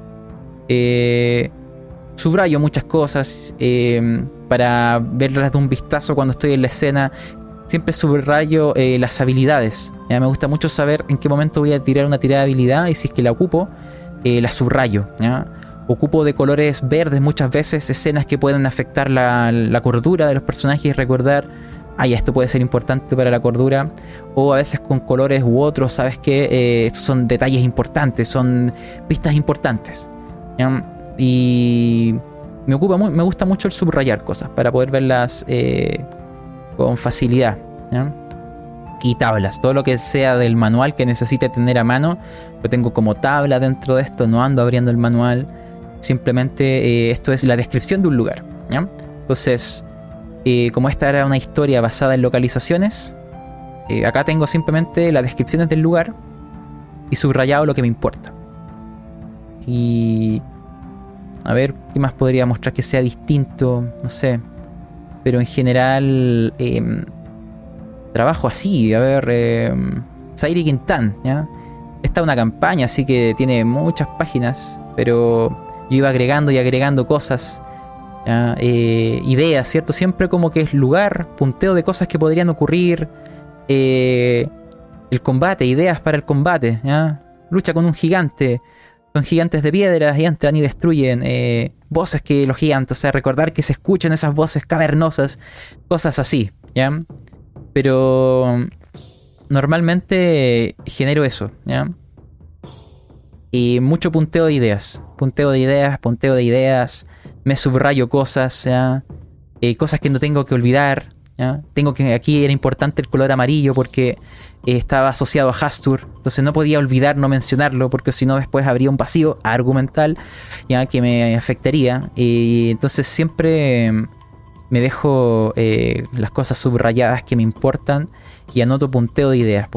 subrayo muchas cosas para verlas de un vistazo cuando estoy en la escena. Siempre subrayo las habilidades, ¿ya? Me gusta mucho saber en qué momento voy a tirar una tirada de habilidad, y si es que la ocupo, la subrayo, ¿ya? Ocupo de colores verdes muchas veces escenas que pueden afectar la cordura de los personajes y recordar, esto puede ser importante para la cordura. O a veces con colores u otros, sabes que estos son detalles importantes, son pistas importantes, ¿ya? Y me gusta mucho el subrayar cosas para poder verlas con facilidad, ¿ya? Y tablas, todo lo que sea del manual que necesite tener a mano, lo tengo como tabla dentro de esto. No ando abriendo el manual. Simplemente esto es la descripción de un lugar, ¿ya? Entonces, como esta era una historia basada en localizaciones, acá tengo simplemente las descripciones del lugar y subrayado lo que me importa. Y a ver, ¿qué más podría mostrar que sea distinto? No sé. Pero en general trabajo así. A ver, Zairi Quintán, ¿ya? Esta es una campaña, así que tiene muchas páginas, pero yo iba agregando y agregando cosas, ¿ya? Ideas, ¿cierto? Siempre como que es lugar, punteo de cosas que podrían ocurrir, el combate, ideas para el combate, ¿ya? Lucha con un gigante, son gigantes de piedras y entran y destruyen, voces que los gigantes, o sea, recordar que se escuchan esas voces cavernosas, cosas así, ¿ya? Pero normalmente genero eso, ¿ya? Y mucho punteo de ideas, me subrayo cosas, ¿ya? Cosas que no tengo que olvidar, ¿ya? Aquí era importante el color amarillo porque estaba asociado a Hastur, entonces no podía olvidar no mencionarlo, porque si no después habría un vacío argumental, ¿ya? Que me afectaría. Y entonces siempre me dejo las cosas subrayadas que me importan y anoto punteo de ideas,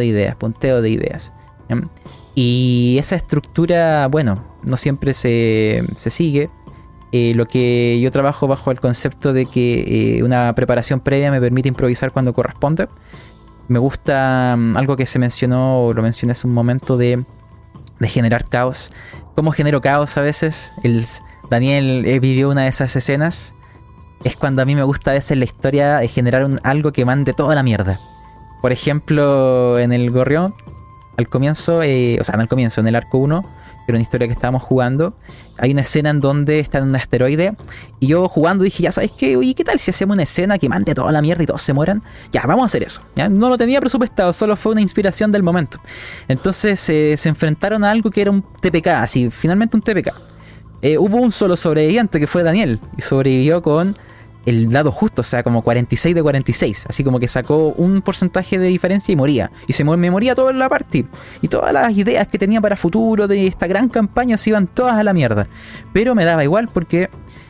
¿ya? Y esa estructura, bueno, no siempre se sigue. Lo que yo trabajo bajo el concepto de que una preparación previa me permite improvisar cuando corresponde. Me gusta algo que se mencionó, o lo mencioné hace un momento, de generar caos. ¿Cómo genero caos a veces? Daniel vivió una de esas escenas. Es cuando a mí me gusta a veces en la historia generar algo que mande toda la mierda. Por ejemplo, en el Gorrión, al comienzo, en el arco 1, que era una historia que estábamos jugando, hay una escena en donde está en un asteroide, y yo jugando dije, ya sabes qué, oye, ¿qué tal si hacemos una escena que mande toda la mierda y todos se mueran? Ya, vamos a hacer eso. ¿Ya? No lo tenía presupuestado, solo fue una inspiración del momento. Entonces se enfrentaron a algo que era un TPK, así, finalmente un TPK. Hubo un solo sobreviviente que fue Daniel, y sobrevivió con el lado justo, o sea, como 46 de 46, así como que sacó un porcentaje de diferencia y moría, y me moría toda la party, y todas las ideas que tenía para futuro de esta gran campaña se iban todas a la mierda, pero me daba igual porque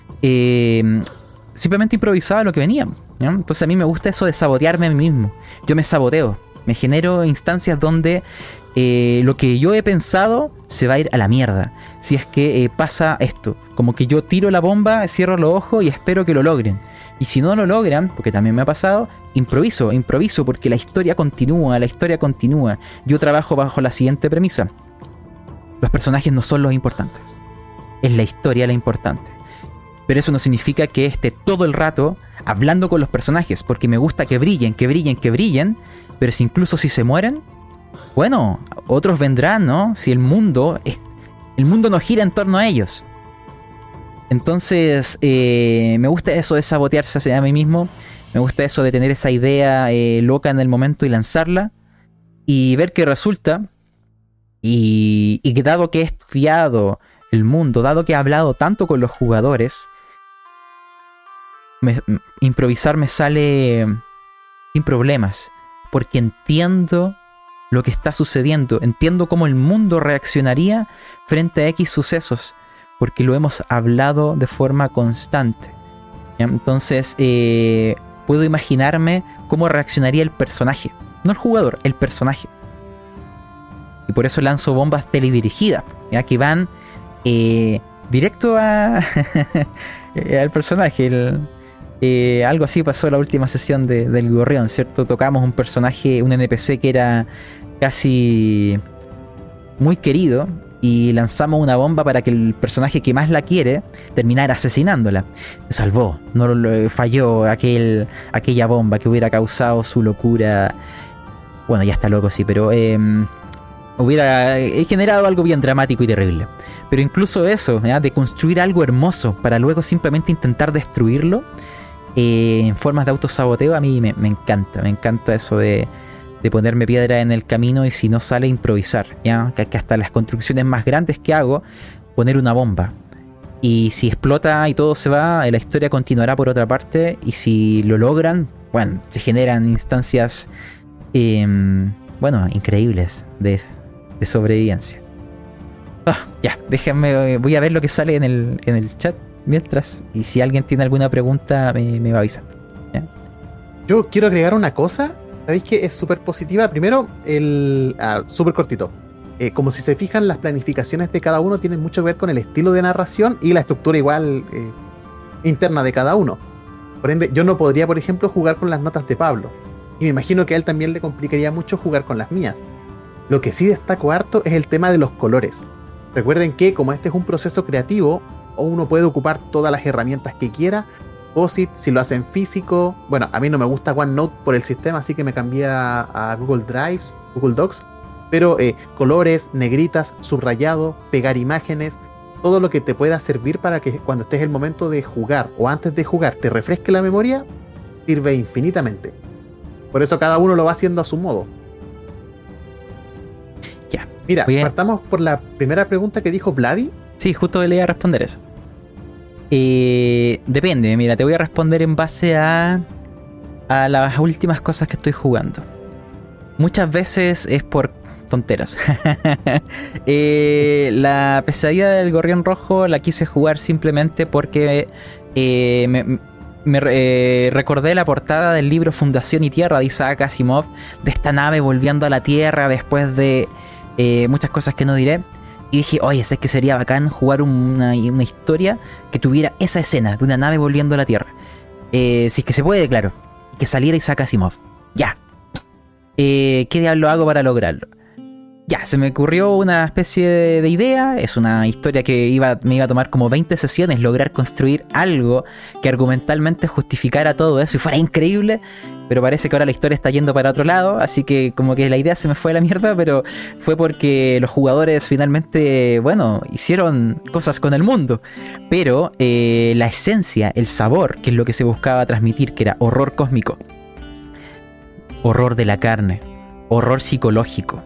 simplemente improvisaba lo que venía, ¿ya? Entonces a mí me gusta eso de sabotearme a mí mismo. Yo me saboteo, me genero instancias donde lo que yo he pensado se va a ir a la mierda si es que pasa esto. Como que yo tiro la bomba, cierro los ojos y espero que lo logren. Y si no lo logran, porque también me ha pasado, improviso porque la historia continúa. Yo trabajo bajo la siguiente premisa: los personajes no son los importantes, es la historia la importante. Pero eso no significa que esté todo el rato hablando con los personajes, porque me gusta que brillen, pero incluso si se mueren, bueno, otros vendrán, ¿no? Si el mundo no gira en torno a ellos. Entonces, me gusta eso de sabotearse a mí mismo. Me gusta eso de tener esa idea loca en el momento y lanzarla. Y ver que resulta. Y que dado que he estudiado el mundo, dado que he hablado tanto con los jugadores, improvisar me sale sin problemas. Porque entiendo lo que está sucediendo, entiendo cómo el mundo reaccionaría frente a X sucesos, porque lo hemos hablado de forma constante, ¿ya? Entonces puedo imaginarme cómo reaccionaría el personaje, no el jugador, el personaje. Y por eso lanzo bombas teledirigidas, ¿ya? Que van directo al personaje. Algo así pasó en la última sesión del Gorrión, ¿cierto? Tocamos un personaje, un NPC que era casi muy querido y lanzamos una bomba para que el personaje que más la quiere terminara asesinándola. Se salvó, falló aquella bomba que hubiera causado su locura. Bueno, ya está loco, sí, pero hubiera generado algo bien dramático y terrible. Pero incluso eso, ¿ya? De construir algo hermoso para luego simplemente intentar destruirlo en formas de autosaboteo, a mí me encanta eso de ponerme piedra en el camino y si no sale, improvisar, ¿ya? Que hasta las construcciones más grandes que hago, poner una bomba. Y si explota y todo se va, la historia continuará por otra parte. Y si lo logran, bueno, se generan instancias, increíbles de sobrevivencia. Ya, déjenme, voy a ver lo que sale en el chat mientras. Y si alguien tiene alguna pregunta, me va avisando, ¿ya? Yo quiero agregar una cosa. ¿Sabéis que es súper positiva? Primero, súper cortito. Como si se fijan, las planificaciones de cada uno tienen mucho que ver con el estilo de narración y la estructura igual interna de cada uno. Por ende, yo no podría, por ejemplo, jugar con las notas de Pablo. Y me imagino que a él también le complicaría mucho jugar con las mías. Lo que sí destaco harto es el tema de los colores. Recuerden que como este es un proceso creativo, uno puede ocupar todas las herramientas que quiera. POSIT, si lo hacen físico. Bueno, a mí no me gusta OneNote por el sistema, así que me cambié a Google Drives, Google Docs. Pero colores, negritas, subrayado, pegar imágenes, todo lo que te pueda servir para que cuando estés en el momento de jugar o antes de jugar te refresque la memoria, sirve infinitamente. Por eso cada uno lo va haciendo a su modo. Ya. Mira, partamos por la primera pregunta que dijo Vladi. Sí, justo le iba a responder eso. Depende, mira, te voy a responder en base a las últimas cosas que estoy jugando. Muchas veces es por tonteras. La pesadilla del gorrión rojo la quise jugar simplemente porque recordé la portada del libro Fundación y Tierra de Isaac Asimov, de esta nave volviendo a la Tierra después de muchas cosas que no diré. Y dije, oye, ¿sabes que sería bacán jugar una historia que tuviera esa escena de una nave volviendo a la Tierra? Si es que se puede, claro. Y que saliera Isaac Asimov. Ya. ¿Qué diablo hago para lograrlo? Ya, se me ocurrió una especie de idea. Es una historia que me iba a tomar como 20 sesiones lograr construir algo que argumentalmente justificara todo eso y fuera increíble. Pero parece que ahora la historia está yendo para otro lado, así que como que la idea se me fue a la mierda, pero fue porque los jugadores finalmente, hicieron cosas con el mundo. Pero la esencia, el sabor, que es lo que se buscaba transmitir, que era horror cósmico, horror de la carne, horror psicológico,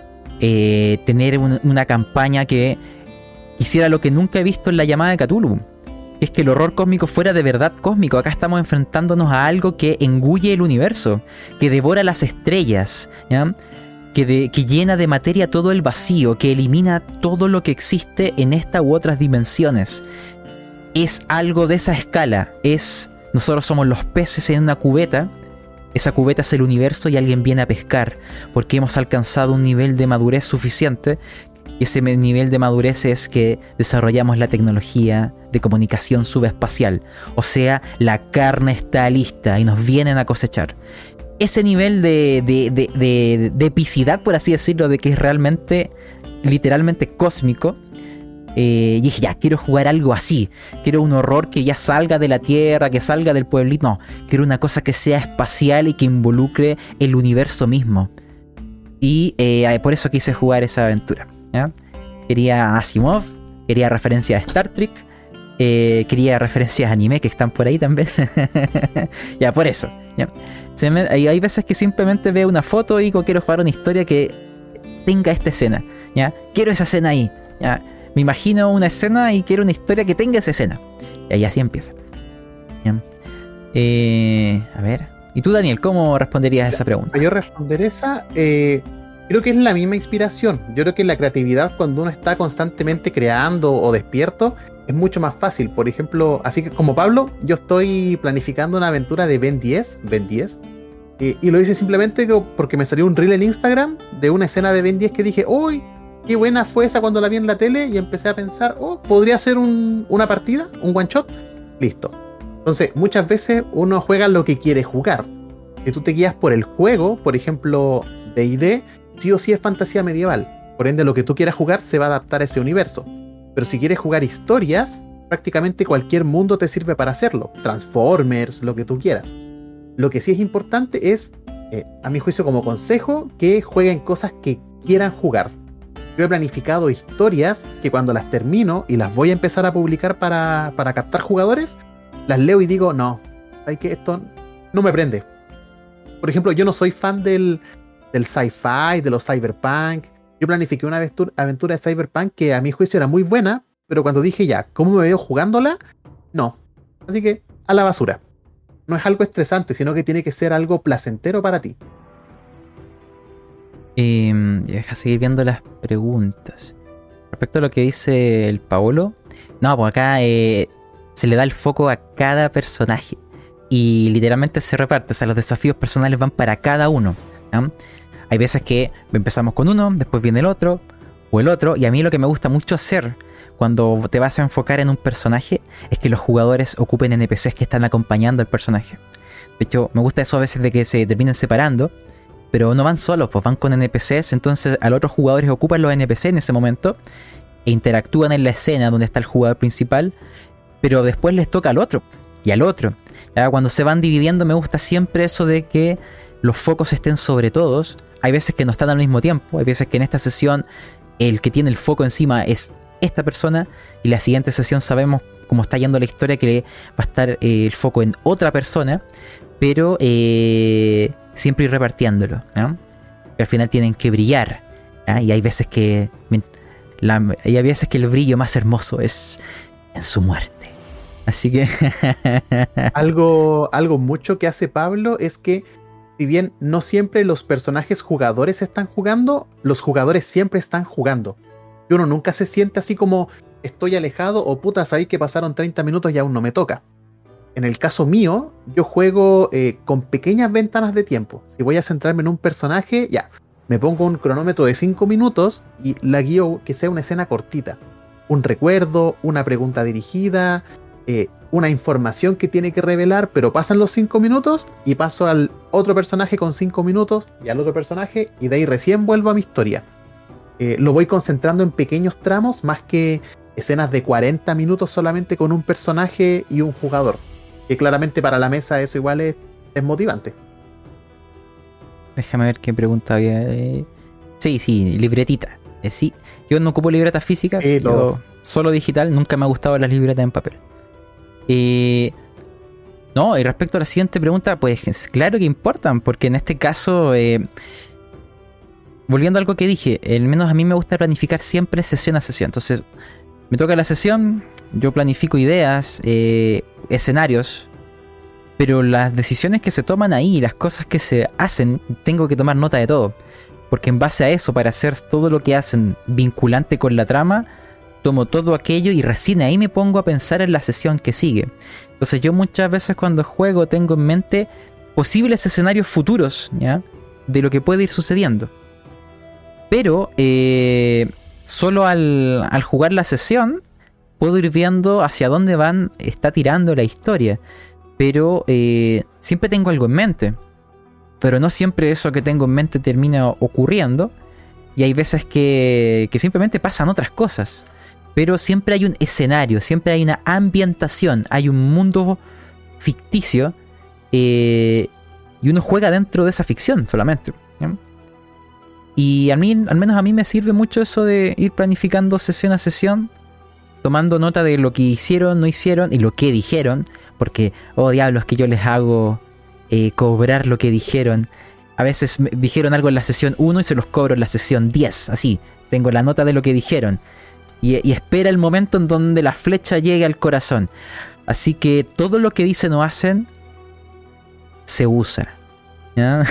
tener una campaña que hiciera lo que nunca he visto en la llamada de Cthulhu. Es que el horror cósmico fuera de verdad cósmico. Acá estamos enfrentándonos a algo que engulle el universo, que devora las estrellas, ¿ya? Que llena de materia todo el vacío, que elimina todo lo que existe en esta u otras dimensiones. Es algo de esa escala. Nosotros somos los peces en una cubeta. Esa cubeta es el universo y alguien viene a pescar, porque hemos alcanzado un nivel de madurez suficiente. Y ese nivel de madurez es que desarrollamos la tecnología de comunicación subespacial. O sea, la carne está lista y nos vienen a cosechar. Ese nivel de epicidad, por así decirlo, de que es realmente, literalmente cósmico. Y dije, ya, quiero jugar algo así. Quiero un horror que ya salga de la Tierra, que salga del pueblito. No, quiero una cosa que sea espacial y que involucre el universo mismo. Y por eso quise jugar esa aventura, ¿ya? Quería Asimov, quería referencias a Star Trek, quería referencias a anime que están por ahí también. Ya, por eso, ¿ya? Hay veces que simplemente veo una foto y digo, quiero jugar una historia que tenga esta escena, ¿ya? Quiero esa escena ahí, ¿ya? Me imagino una escena y quiero una historia que tenga esa escena. Y ahí así empieza, ¿ya? A ver, ¿y tú, Daniel, cómo responderías a esa pregunta? Yo responder esa, creo que es la misma inspiración. Yo creo que la creatividad, cuando uno está constantemente creando o despierto, es mucho más fácil. Por ejemplo, así que como Pablo, yo estoy planificando una aventura de Ben 10, y lo hice simplemente porque me salió un reel en Instagram de una escena de Ben 10 que dije, uy, qué buena fue esa cuando la vi en la tele, y empecé a pensar, podría ser una partida, un one shot, listo. Entonces, muchas veces uno juega lo que quiere jugar. Si tú te guías por el juego, por ejemplo, D&D, sí o sí es fantasía medieval. Por ende, lo que tú quieras jugar se va a adaptar a ese universo. Pero si quieres jugar historias, prácticamente cualquier mundo te sirve para hacerlo. Transformers, lo que tú quieras. Lo que sí es importante es, a mi juicio como consejo, que jueguen cosas que quieran jugar. Yo he planificado historias que cuando las termino y las voy a empezar a publicar para captar jugadores, las leo y digo, no, hay que esto no me prende. Por ejemplo, yo no soy fan del sci-fi, de los cyberpunk. Yo planifiqué una aventura de cyberpunk que a mi juicio era muy buena, pero cuando dije ya, ¿cómo me veo jugándola? No. Así que a la basura. No es algo estresante, sino que tiene que ser algo placentero para ti. Deja seguir viendo las preguntas. Respecto a lo que dice el Paolo, no, pues acá se le da el foco a cada personaje y literalmente se reparte, o sea, los desafíos personales van para cada uno, ¿no? Hay veces que empezamos con uno, después viene el otro, o el otro, y a mí lo que me gusta mucho hacer cuando te vas a enfocar en un personaje es que los jugadores ocupen NPCs que están acompañando al personaje. De hecho, me gusta eso a veces de que se terminen separando, pero no van solos, pues van con NPCs, entonces a los otros jugadores ocupan los NPCs en ese momento e interactúan en la escena donde está el jugador principal, pero después les toca al otro y al otro. Ya, cuando se van dividiendo me gusta siempre eso de que los focos estén sobre todos. Hay veces que no están al mismo tiempo, hay veces que en esta sesión el que tiene el foco encima es esta persona y la siguiente sesión sabemos cómo está yendo la historia que va a estar el foco en otra persona, pero siempre ir repartiéndolo, ¿no? Y al final tienen que brillar, ¿no? Y hay veces que el brillo más hermoso es en su muerte. Así que algo mucho que hace Pablo es que si bien no siempre los personajes jugadores están jugando, los jugadores siempre están jugando. Y uno nunca se siente así como estoy alejado o puta, sabéis que pasaron 30 minutos y aún no me toca. En el caso mío, yo juego con pequeñas ventanas de tiempo. Si voy a centrarme en un personaje, ya, me pongo un cronómetro de 5 minutos y la guío que sea una escena cortita. Un recuerdo, una pregunta dirigida, una información que tiene que revelar, pero pasan los 5 minutos y paso al otro personaje con 5 minutos y al otro personaje y de ahí recién vuelvo a mi historia. Lo voy concentrando en pequeños tramos más que escenas de 40 minutos solamente con un personaje y un jugador. Que claramente para la mesa eso igual es motivante. Déjame ver qué pregunta había. Sí, libretita. Sí, yo no ocupo libretas físicas, yo solo digital, nunca me ha gustado las libretas en papel. No, y respecto a la siguiente pregunta, pues claro que importan, porque en este caso, volviendo a algo que dije, al menos a mí me gusta planificar siempre sesión a sesión. Entonces, me toca la sesión, yo planifico ideas, escenarios, pero las decisiones que se toman ahí, las cosas que se hacen, tengo que tomar nota de todo. Porque en base a eso, para hacer todo lo que hacen vinculante con la trama, tomo todo aquello y recién ahí me pongo a pensar en la sesión que sigue. Entonces yo muchas veces cuando juego tengo en mente posibles escenarios futuros, ¿ya?, de lo que puede ir sucediendo. Pero solo al jugar la sesión puedo ir viendo hacia dónde está tirando la historia. Pero siempre tengo algo en mente. Pero no siempre eso que tengo en mente termina ocurriendo. Y hay veces que simplemente pasan otras cosas. Pero siempre hay un escenario, siempre hay una ambientación, hay un mundo ficticio. Y uno juega dentro de esa ficción solamente, ¿sí? Y al menos a mí me sirve mucho eso de ir planificando sesión a sesión, tomando nota de lo que hicieron, no hicieron y lo que dijeron. Porque, oh diablos, que yo les hago cobrar lo que dijeron. A veces dijeron algo en la sesión 1 y se los cobro en la sesión 10. Así, tengo la nota de lo que dijeron. Y espera el momento en donde la flecha llegue al corazón. Así que todo lo que dicen o hacen se usa, ¿ya?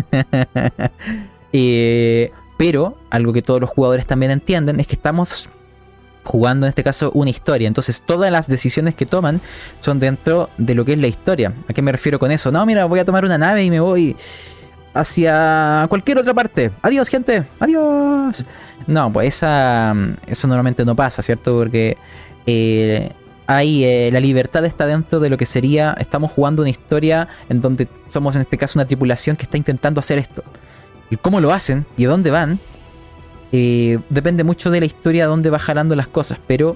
Pero algo que todos los jugadores también entienden es que estamos jugando en este caso una historia. Entonces todas las decisiones que toman son dentro de lo que es la historia. ¿A qué me refiero con eso? No, mira, voy a tomar una nave y me voy hacia cualquier otra parte. Adiós, gente. Adiós. No, pues eso normalmente no pasa, ¿cierto? Porque la libertad está dentro de lo que sería, estamos jugando una historia en donde somos en este caso una tripulación que está intentando hacer esto. el cómo lo hacen y a dónde van, depende mucho de la historia, a dónde va jalando las cosas, pero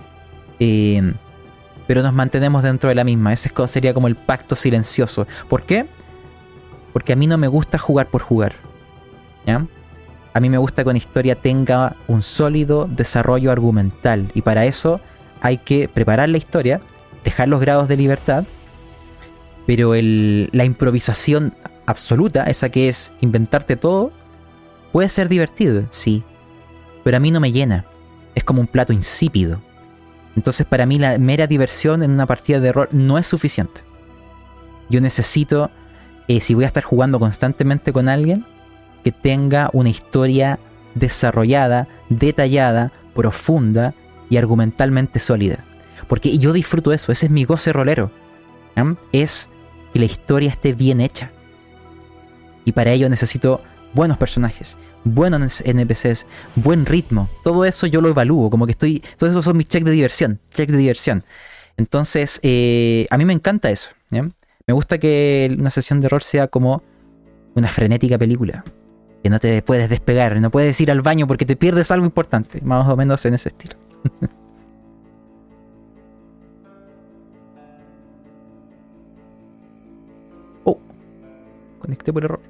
nos mantenemos dentro de la misma. Ese sería como el pacto silencioso. ¿Por qué? Porque a mí no me gusta jugar por jugar, ¿ya? A mí me gusta que una historia tenga un sólido desarrollo argumental, y para eso hay que preparar la historia, dejar los grados de libertad, pero la improvisación absoluta, esa que es inventarte todo, puede ser divertido, sí, pero a mí no me llena. Es como un plato insípido. Entonces para mí la mera diversión en una partida de rol no es suficiente. Yo necesito, si voy a estar jugando constantemente con alguien, que tenga una historia desarrollada, detallada, profunda y argumentalmente sólida. Porque yo disfruto eso, ese es mi goce rolero. Es que la historia esté bien hecha. Y para ello necesito buenos personajes, buenos NPCs, buen ritmo. Todo eso yo lo evalúo, como que todos esos son mis checks de diversión. Entonces, a mí me encanta eso, ¿ya? Me gusta que una sesión de rol sea como una frenética película, que no te puedes despegar, no puedes ir al baño porque te pierdes algo importante, más o menos en ese estilo. Oh, conecté por error.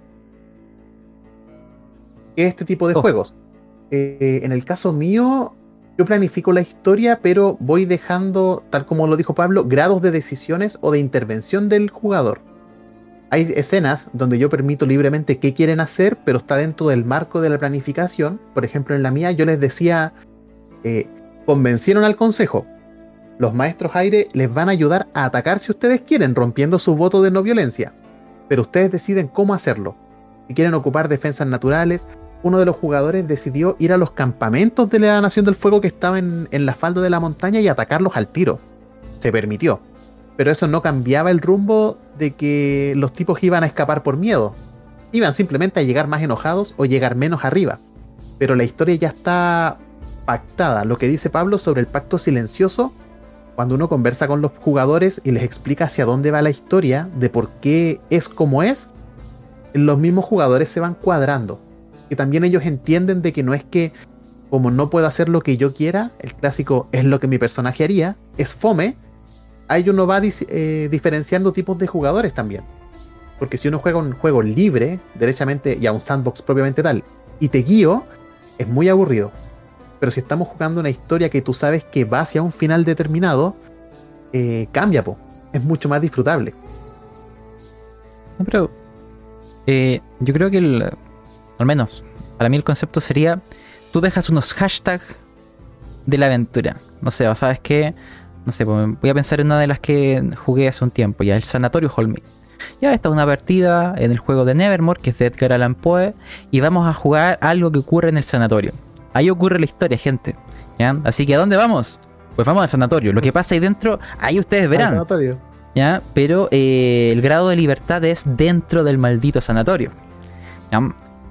Este tipo de juegos. En el caso mío, yo planifico la historia, pero voy dejando, tal como lo dijo Pablo, grados de decisiones o de intervención del jugador. Hay escenas donde yo permito libremente qué quieren hacer, pero está dentro del marco de la planificación. Por ejemplo, en la mía yo les decía, convencieron al consejo. Los maestros aire les van a ayudar a atacar si ustedes quieren, rompiendo su voto de no violencia. Pero ustedes deciden cómo hacerlo. Si quieren ocupar defensas naturales, uno de los jugadores decidió ir a los campamentos de la Nación del Fuego que estaban en la falda de la montaña y atacarlos al tiro. Se permitió. Pero eso no cambiaba el rumbo de que los tipos iban a escapar por miedo. Iban simplemente a llegar más enojados o llegar menos arriba. Pero la historia ya está pactada. Lo que dice Pablo sobre el pacto silencioso, cuando uno conversa con los jugadores y les explica hacia dónde va la historia, de por qué es como es, los mismos jugadores se van cuadrando. Que también ellos entienden de que no es que, como no puedo hacer lo que yo quiera, el clásico es lo que mi personaje haría, es fome. Ahí uno va diferenciando tipos de jugadores también. Porque si uno juega un juego libre, derechamente, y a un sandbox propiamente tal, y te guío, es muy aburrido. Pero si estamos jugando una historia que tú sabes que va hacia un final determinado, cambia, es mucho más disfrutable. No, pero yo creo que al menos para mí el concepto sería, tú dejas unos hashtags de la aventura. No sé, ¿sabes qué? No sé, voy a pensar en una de las que jugué hace un tiempo, ya, el Sanatorio Holmby. Ya, esta es una partida en el juego de Nevermore, que es de Edgar Allan Poe, y vamos a jugar algo que ocurre en el sanatorio. Ahí ocurre la historia, gente, ¿ya? Así que ¿a dónde vamos? Pues vamos al sanatorio. Lo que pasa ahí dentro, ahí ustedes verán. Al sanatorio. ¿Ya? Pero el grado de libertad es dentro del maldito sanatorio, ¿ya?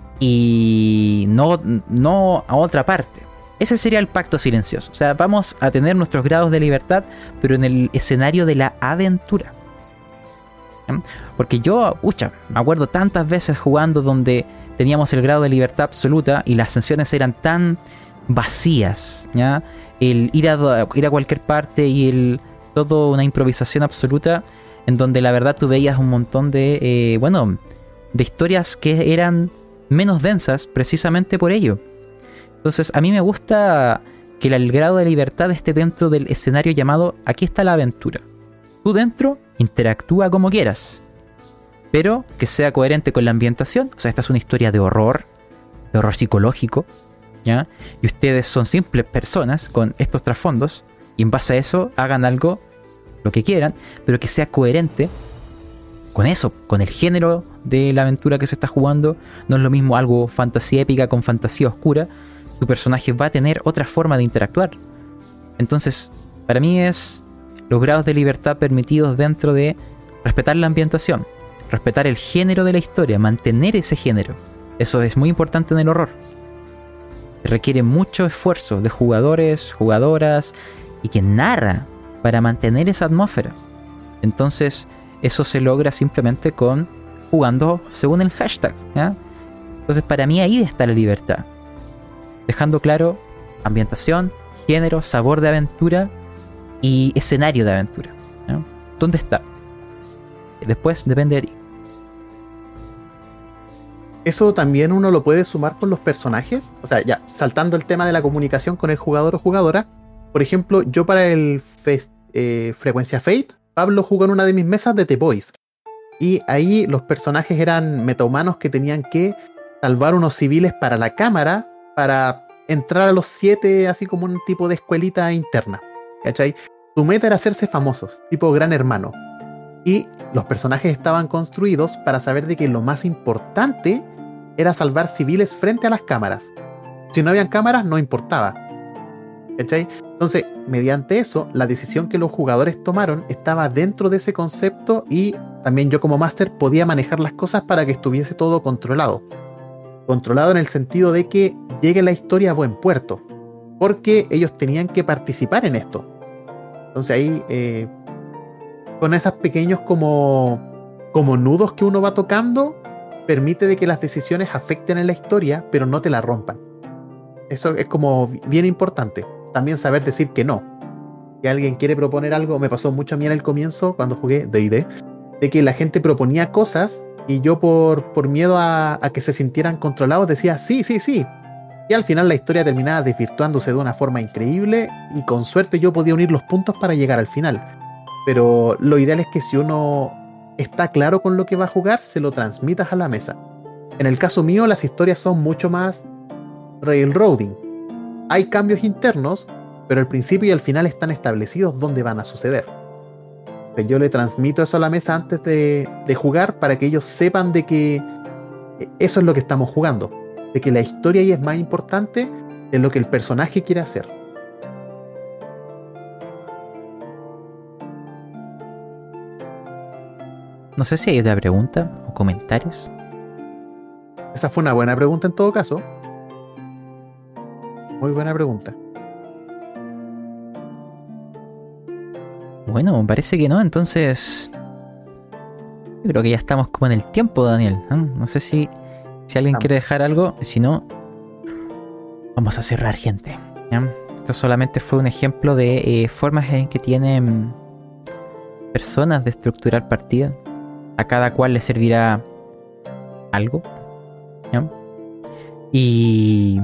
Y no a otra parte. Ese sería el pacto silencioso. O sea, vamos a tener nuestros grados de libertad, pero en el escenario de la aventura. ¿Ya? Porque yo, me acuerdo tantas veces jugando donde teníamos el grado de libertad absoluta y las sesiones eran tan vacías, ¿ya? El ir a cualquier parte y todo una improvisación absoluta, en donde la verdad tú veías un montón de historias que eran menos densas precisamente por ello. Entonces a mí me gusta que el grado de libertad esté dentro del escenario llamado aquí está la aventura. Tú dentro interactúa como quieras, pero que sea coherente con la ambientación. O sea, esta es una historia de horror psicológico, ¿ya? Y ustedes son simples personas con estos trasfondos, y en base a eso hagan algo, lo que quieran, pero que sea coherente con eso, con el género de la aventura que se está jugando. No es lo mismo algo fantasía épica con fantasía oscura. Tu personaje va a tener otra forma de interactuar. Entonces, para mí es los grados de libertad permitidos dentro de respetar la ambientación, respetar el género de la historia, mantener ese género. Eso es muy importante en el horror. Requiere mucho esfuerzo de jugadores, jugadoras y quien narra para mantener esa atmósfera. Entonces, eso se logra simplemente jugando según el hashtag, ¿ya? Entonces para mí ahí está la libertad. Dejando claro ambientación, género, sabor de aventura y escenario de aventura, ¿no? ¿Dónde está? Después depende de ti. Eso también uno lo puede sumar con los personajes. O sea, ya saltando el tema de la comunicación con el jugador o jugadora. Por ejemplo, yo para el Frecuencia Fate, Pablo jugó en una de mis mesas de The Boys. Y ahí los personajes eran metahumanos que tenían que salvar unos civiles para la cámara, para entrar a los 7, así como un tipo de escuelita interna. ¿Cachai? Su meta era hacerse famosos, tipo Gran Hermano. Y los personajes estaban construidos para saber de que lo más importante era salvar civiles frente a las cámaras. Si no habían cámaras, no importaba. ¿Cachai? Entonces, mediante eso, la decisión que los jugadores tomaron estaba dentro de ese concepto y también yo como máster podía manejar las cosas para que estuviese todo controlado. Controlado en el sentido de que llegue la historia a buen puerto, porque ellos tenían que participar en esto. Entonces ahí, con esos pequeños como nudos que uno va tocando, permite de que las decisiones afecten en la historia, pero no te la rompan. Eso es como bien importante. También saber decir que no. Si alguien quiere proponer algo, me pasó mucho a mí en el comienzo, cuando jugué D&D, de que la gente proponía cosas y yo por miedo a que se sintieran controlados decía sí. Y al final la historia terminaba desvirtuándose de una forma increíble y con suerte yo podía unir los puntos para llegar al final. Pero lo ideal es que si uno está claro con lo que va a jugar, se lo transmitas a la mesa. En el caso mío, las historias son mucho más railroading. Hay cambios internos, pero el principio y el final están establecidos dónde van a suceder. Yo le transmito eso a la mesa antes de jugar para que ellos sepan de que eso es lo que estamos jugando, de que la historia ahí es más importante de lo que el personaje quiere hacer. No sé si hay otra pregunta o comentarios. Esa fue una buena pregunta en todo caso. Muy buena pregunta. Bueno, parece que no, entonces yo creo que ya estamos como en el tiempo, Daniel. No sé si alguien quiere dejar algo, si no, vamos a cerrar, gente. ¿Ya? Esto solamente fue un ejemplo de formas en que tienen personas de estructurar partidas. A cada cual le servirá algo, ¿ya? Y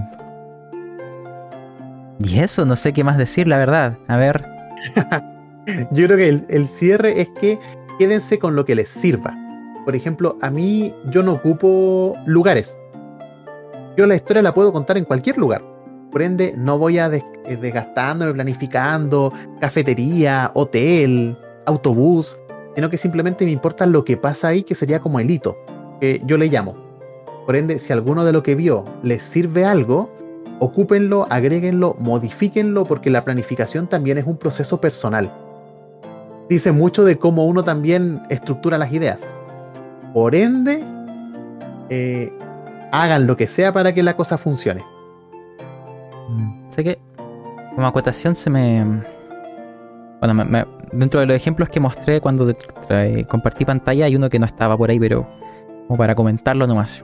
eso, no sé qué más decir, la verdad. A ver. Yo creo que el cierre es que quédense con lo que les sirva. Por ejemplo, a mí yo no ocupo lugares. Yo la historia la puedo contar en cualquier lugar. Por ende, no voy a desgastándome planificando cafetería, hotel, autobús, sino que simplemente me importa lo que pasa ahí, que sería como el hito, que yo le llamo. Por ende, si alguno de lo que vio les sirve algo, ocúpenlo, agréguenlo, modifíquenlo, porque la planificación también es un proceso personal. Dice mucho de cómo uno también estructura las ideas. Por ende, hagan lo que sea para que la cosa funcione. Sé que como acotación se me... Bueno, dentro de los ejemplos que mostré cuando compartí pantalla, hay uno que no estaba por ahí, pero como para comentarlo nomás.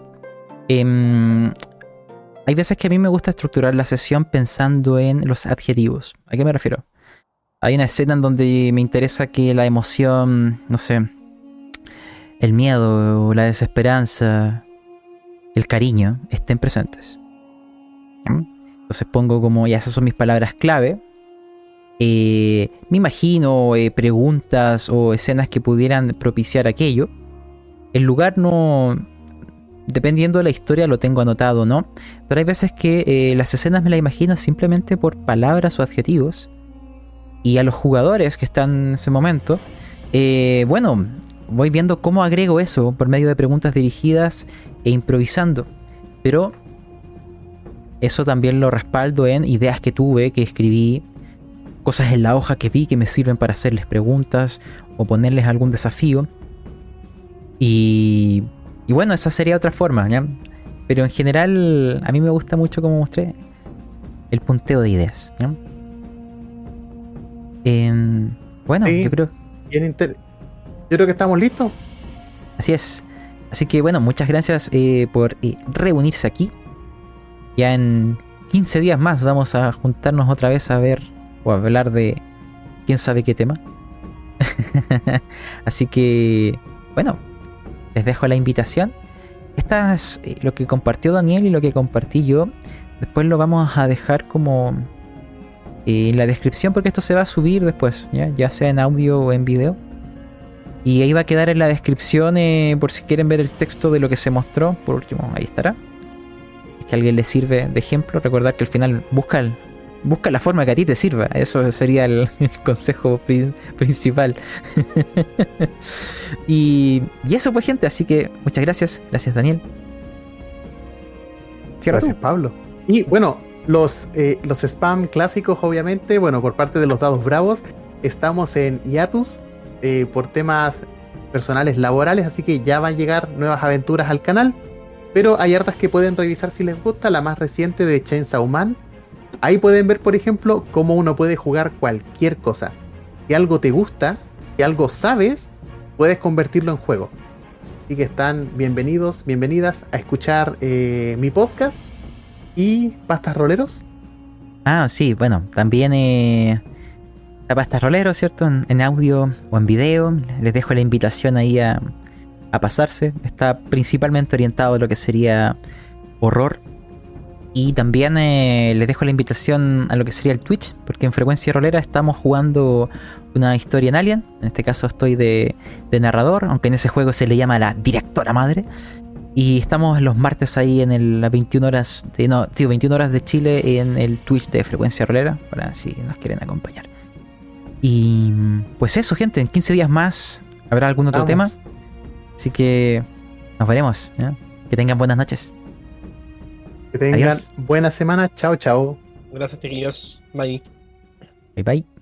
Hay veces que a mí me gusta estructurar la sesión pensando en los adjetivos. ¿A qué me refiero? Hay una escena en donde me interesa que la emoción, no sé, el miedo, la desesperanza, el cariño estén presentes. Entonces pongo como, ya esas son mis palabras clave. Me imagino preguntas o escenas que pudieran propiciar aquello. El lugar no... Dependiendo de la historia lo tengo anotado, ¿no? Pero hay veces que las escenas me las imagino simplemente por palabras o adjetivos. Y a los jugadores que están en ese momento, bueno, voy viendo cómo agrego eso por medio de preguntas dirigidas e improvisando. Pero eso también lo respaldo en ideas que tuve, que escribí, cosas en la hoja que vi que me sirven para hacerles preguntas o ponerles algún desafío. Y bueno, esa sería otra forma, ¿ya? Pero en general, a mí me gusta mucho, como mostré, el punteo de ideas, ¿ya? Bueno, sí, yo creo... Yo creo que estamos listos. Así es. Así que bueno, muchas gracias por reunirse aquí. Ya en 15 días más vamos a juntarnos otra vez a ver o a hablar de quién sabe qué tema. Así que bueno, les dejo la invitación. Esta es lo que compartió Daniel y lo que compartí yo. Después lo vamos a dejar como en la descripción, porque esto se va a subir después, ya sea en audio o en video. Y ahí va a quedar en la descripción por si quieren ver el texto de lo que se mostró. Por último, ahí estará. Es que a alguien le sirve de ejemplo. Recordar que al final busca la forma que a ti te sirva. Eso sería el consejo principal. y eso pues, gente. Así que muchas gracias. Gracias, Daniel. Gracias, Pablo. Y bueno, los spam clásicos, obviamente, bueno, por parte de los dados bravos, estamos en hiatus por temas personales laborales, así que ya van a llegar nuevas aventuras al canal, pero hay hartas que pueden revisar si les gusta. La más reciente de Chainsaw Man, ahí pueden ver, por ejemplo, cómo uno puede jugar cualquier cosa. Si algo te gusta, si algo sabes, puedes convertirlo en juego. Así que están bienvenidos, bienvenidas a escuchar mi podcast. ¿Y Pastas Roleros? Ah, sí, bueno, también la Pastas Roleros, ¿cierto? En audio o en video. Les dejo la invitación ahí a pasarse. Está principalmente orientado a lo que sería horror. Y también les dejo la invitación a lo que sería el Twitch, porque en Frecuencia Rolera estamos jugando una historia en Alien. En este caso estoy de narrador, aunque en ese juego se le llama la directora madre. Y estamos los martes ahí en las 21 horas 21 horas de Chile en el Twitch de Frecuencia Rolera, para si nos quieren acompañar. Y pues eso, gente, en 15 días más habrá algún otro tema. Así que nos veremos, ¿ya? Que tengan buenas noches. Que tengan buena semana. Chao, chao. Gracias, chiquillos. Bye. Bye, bye.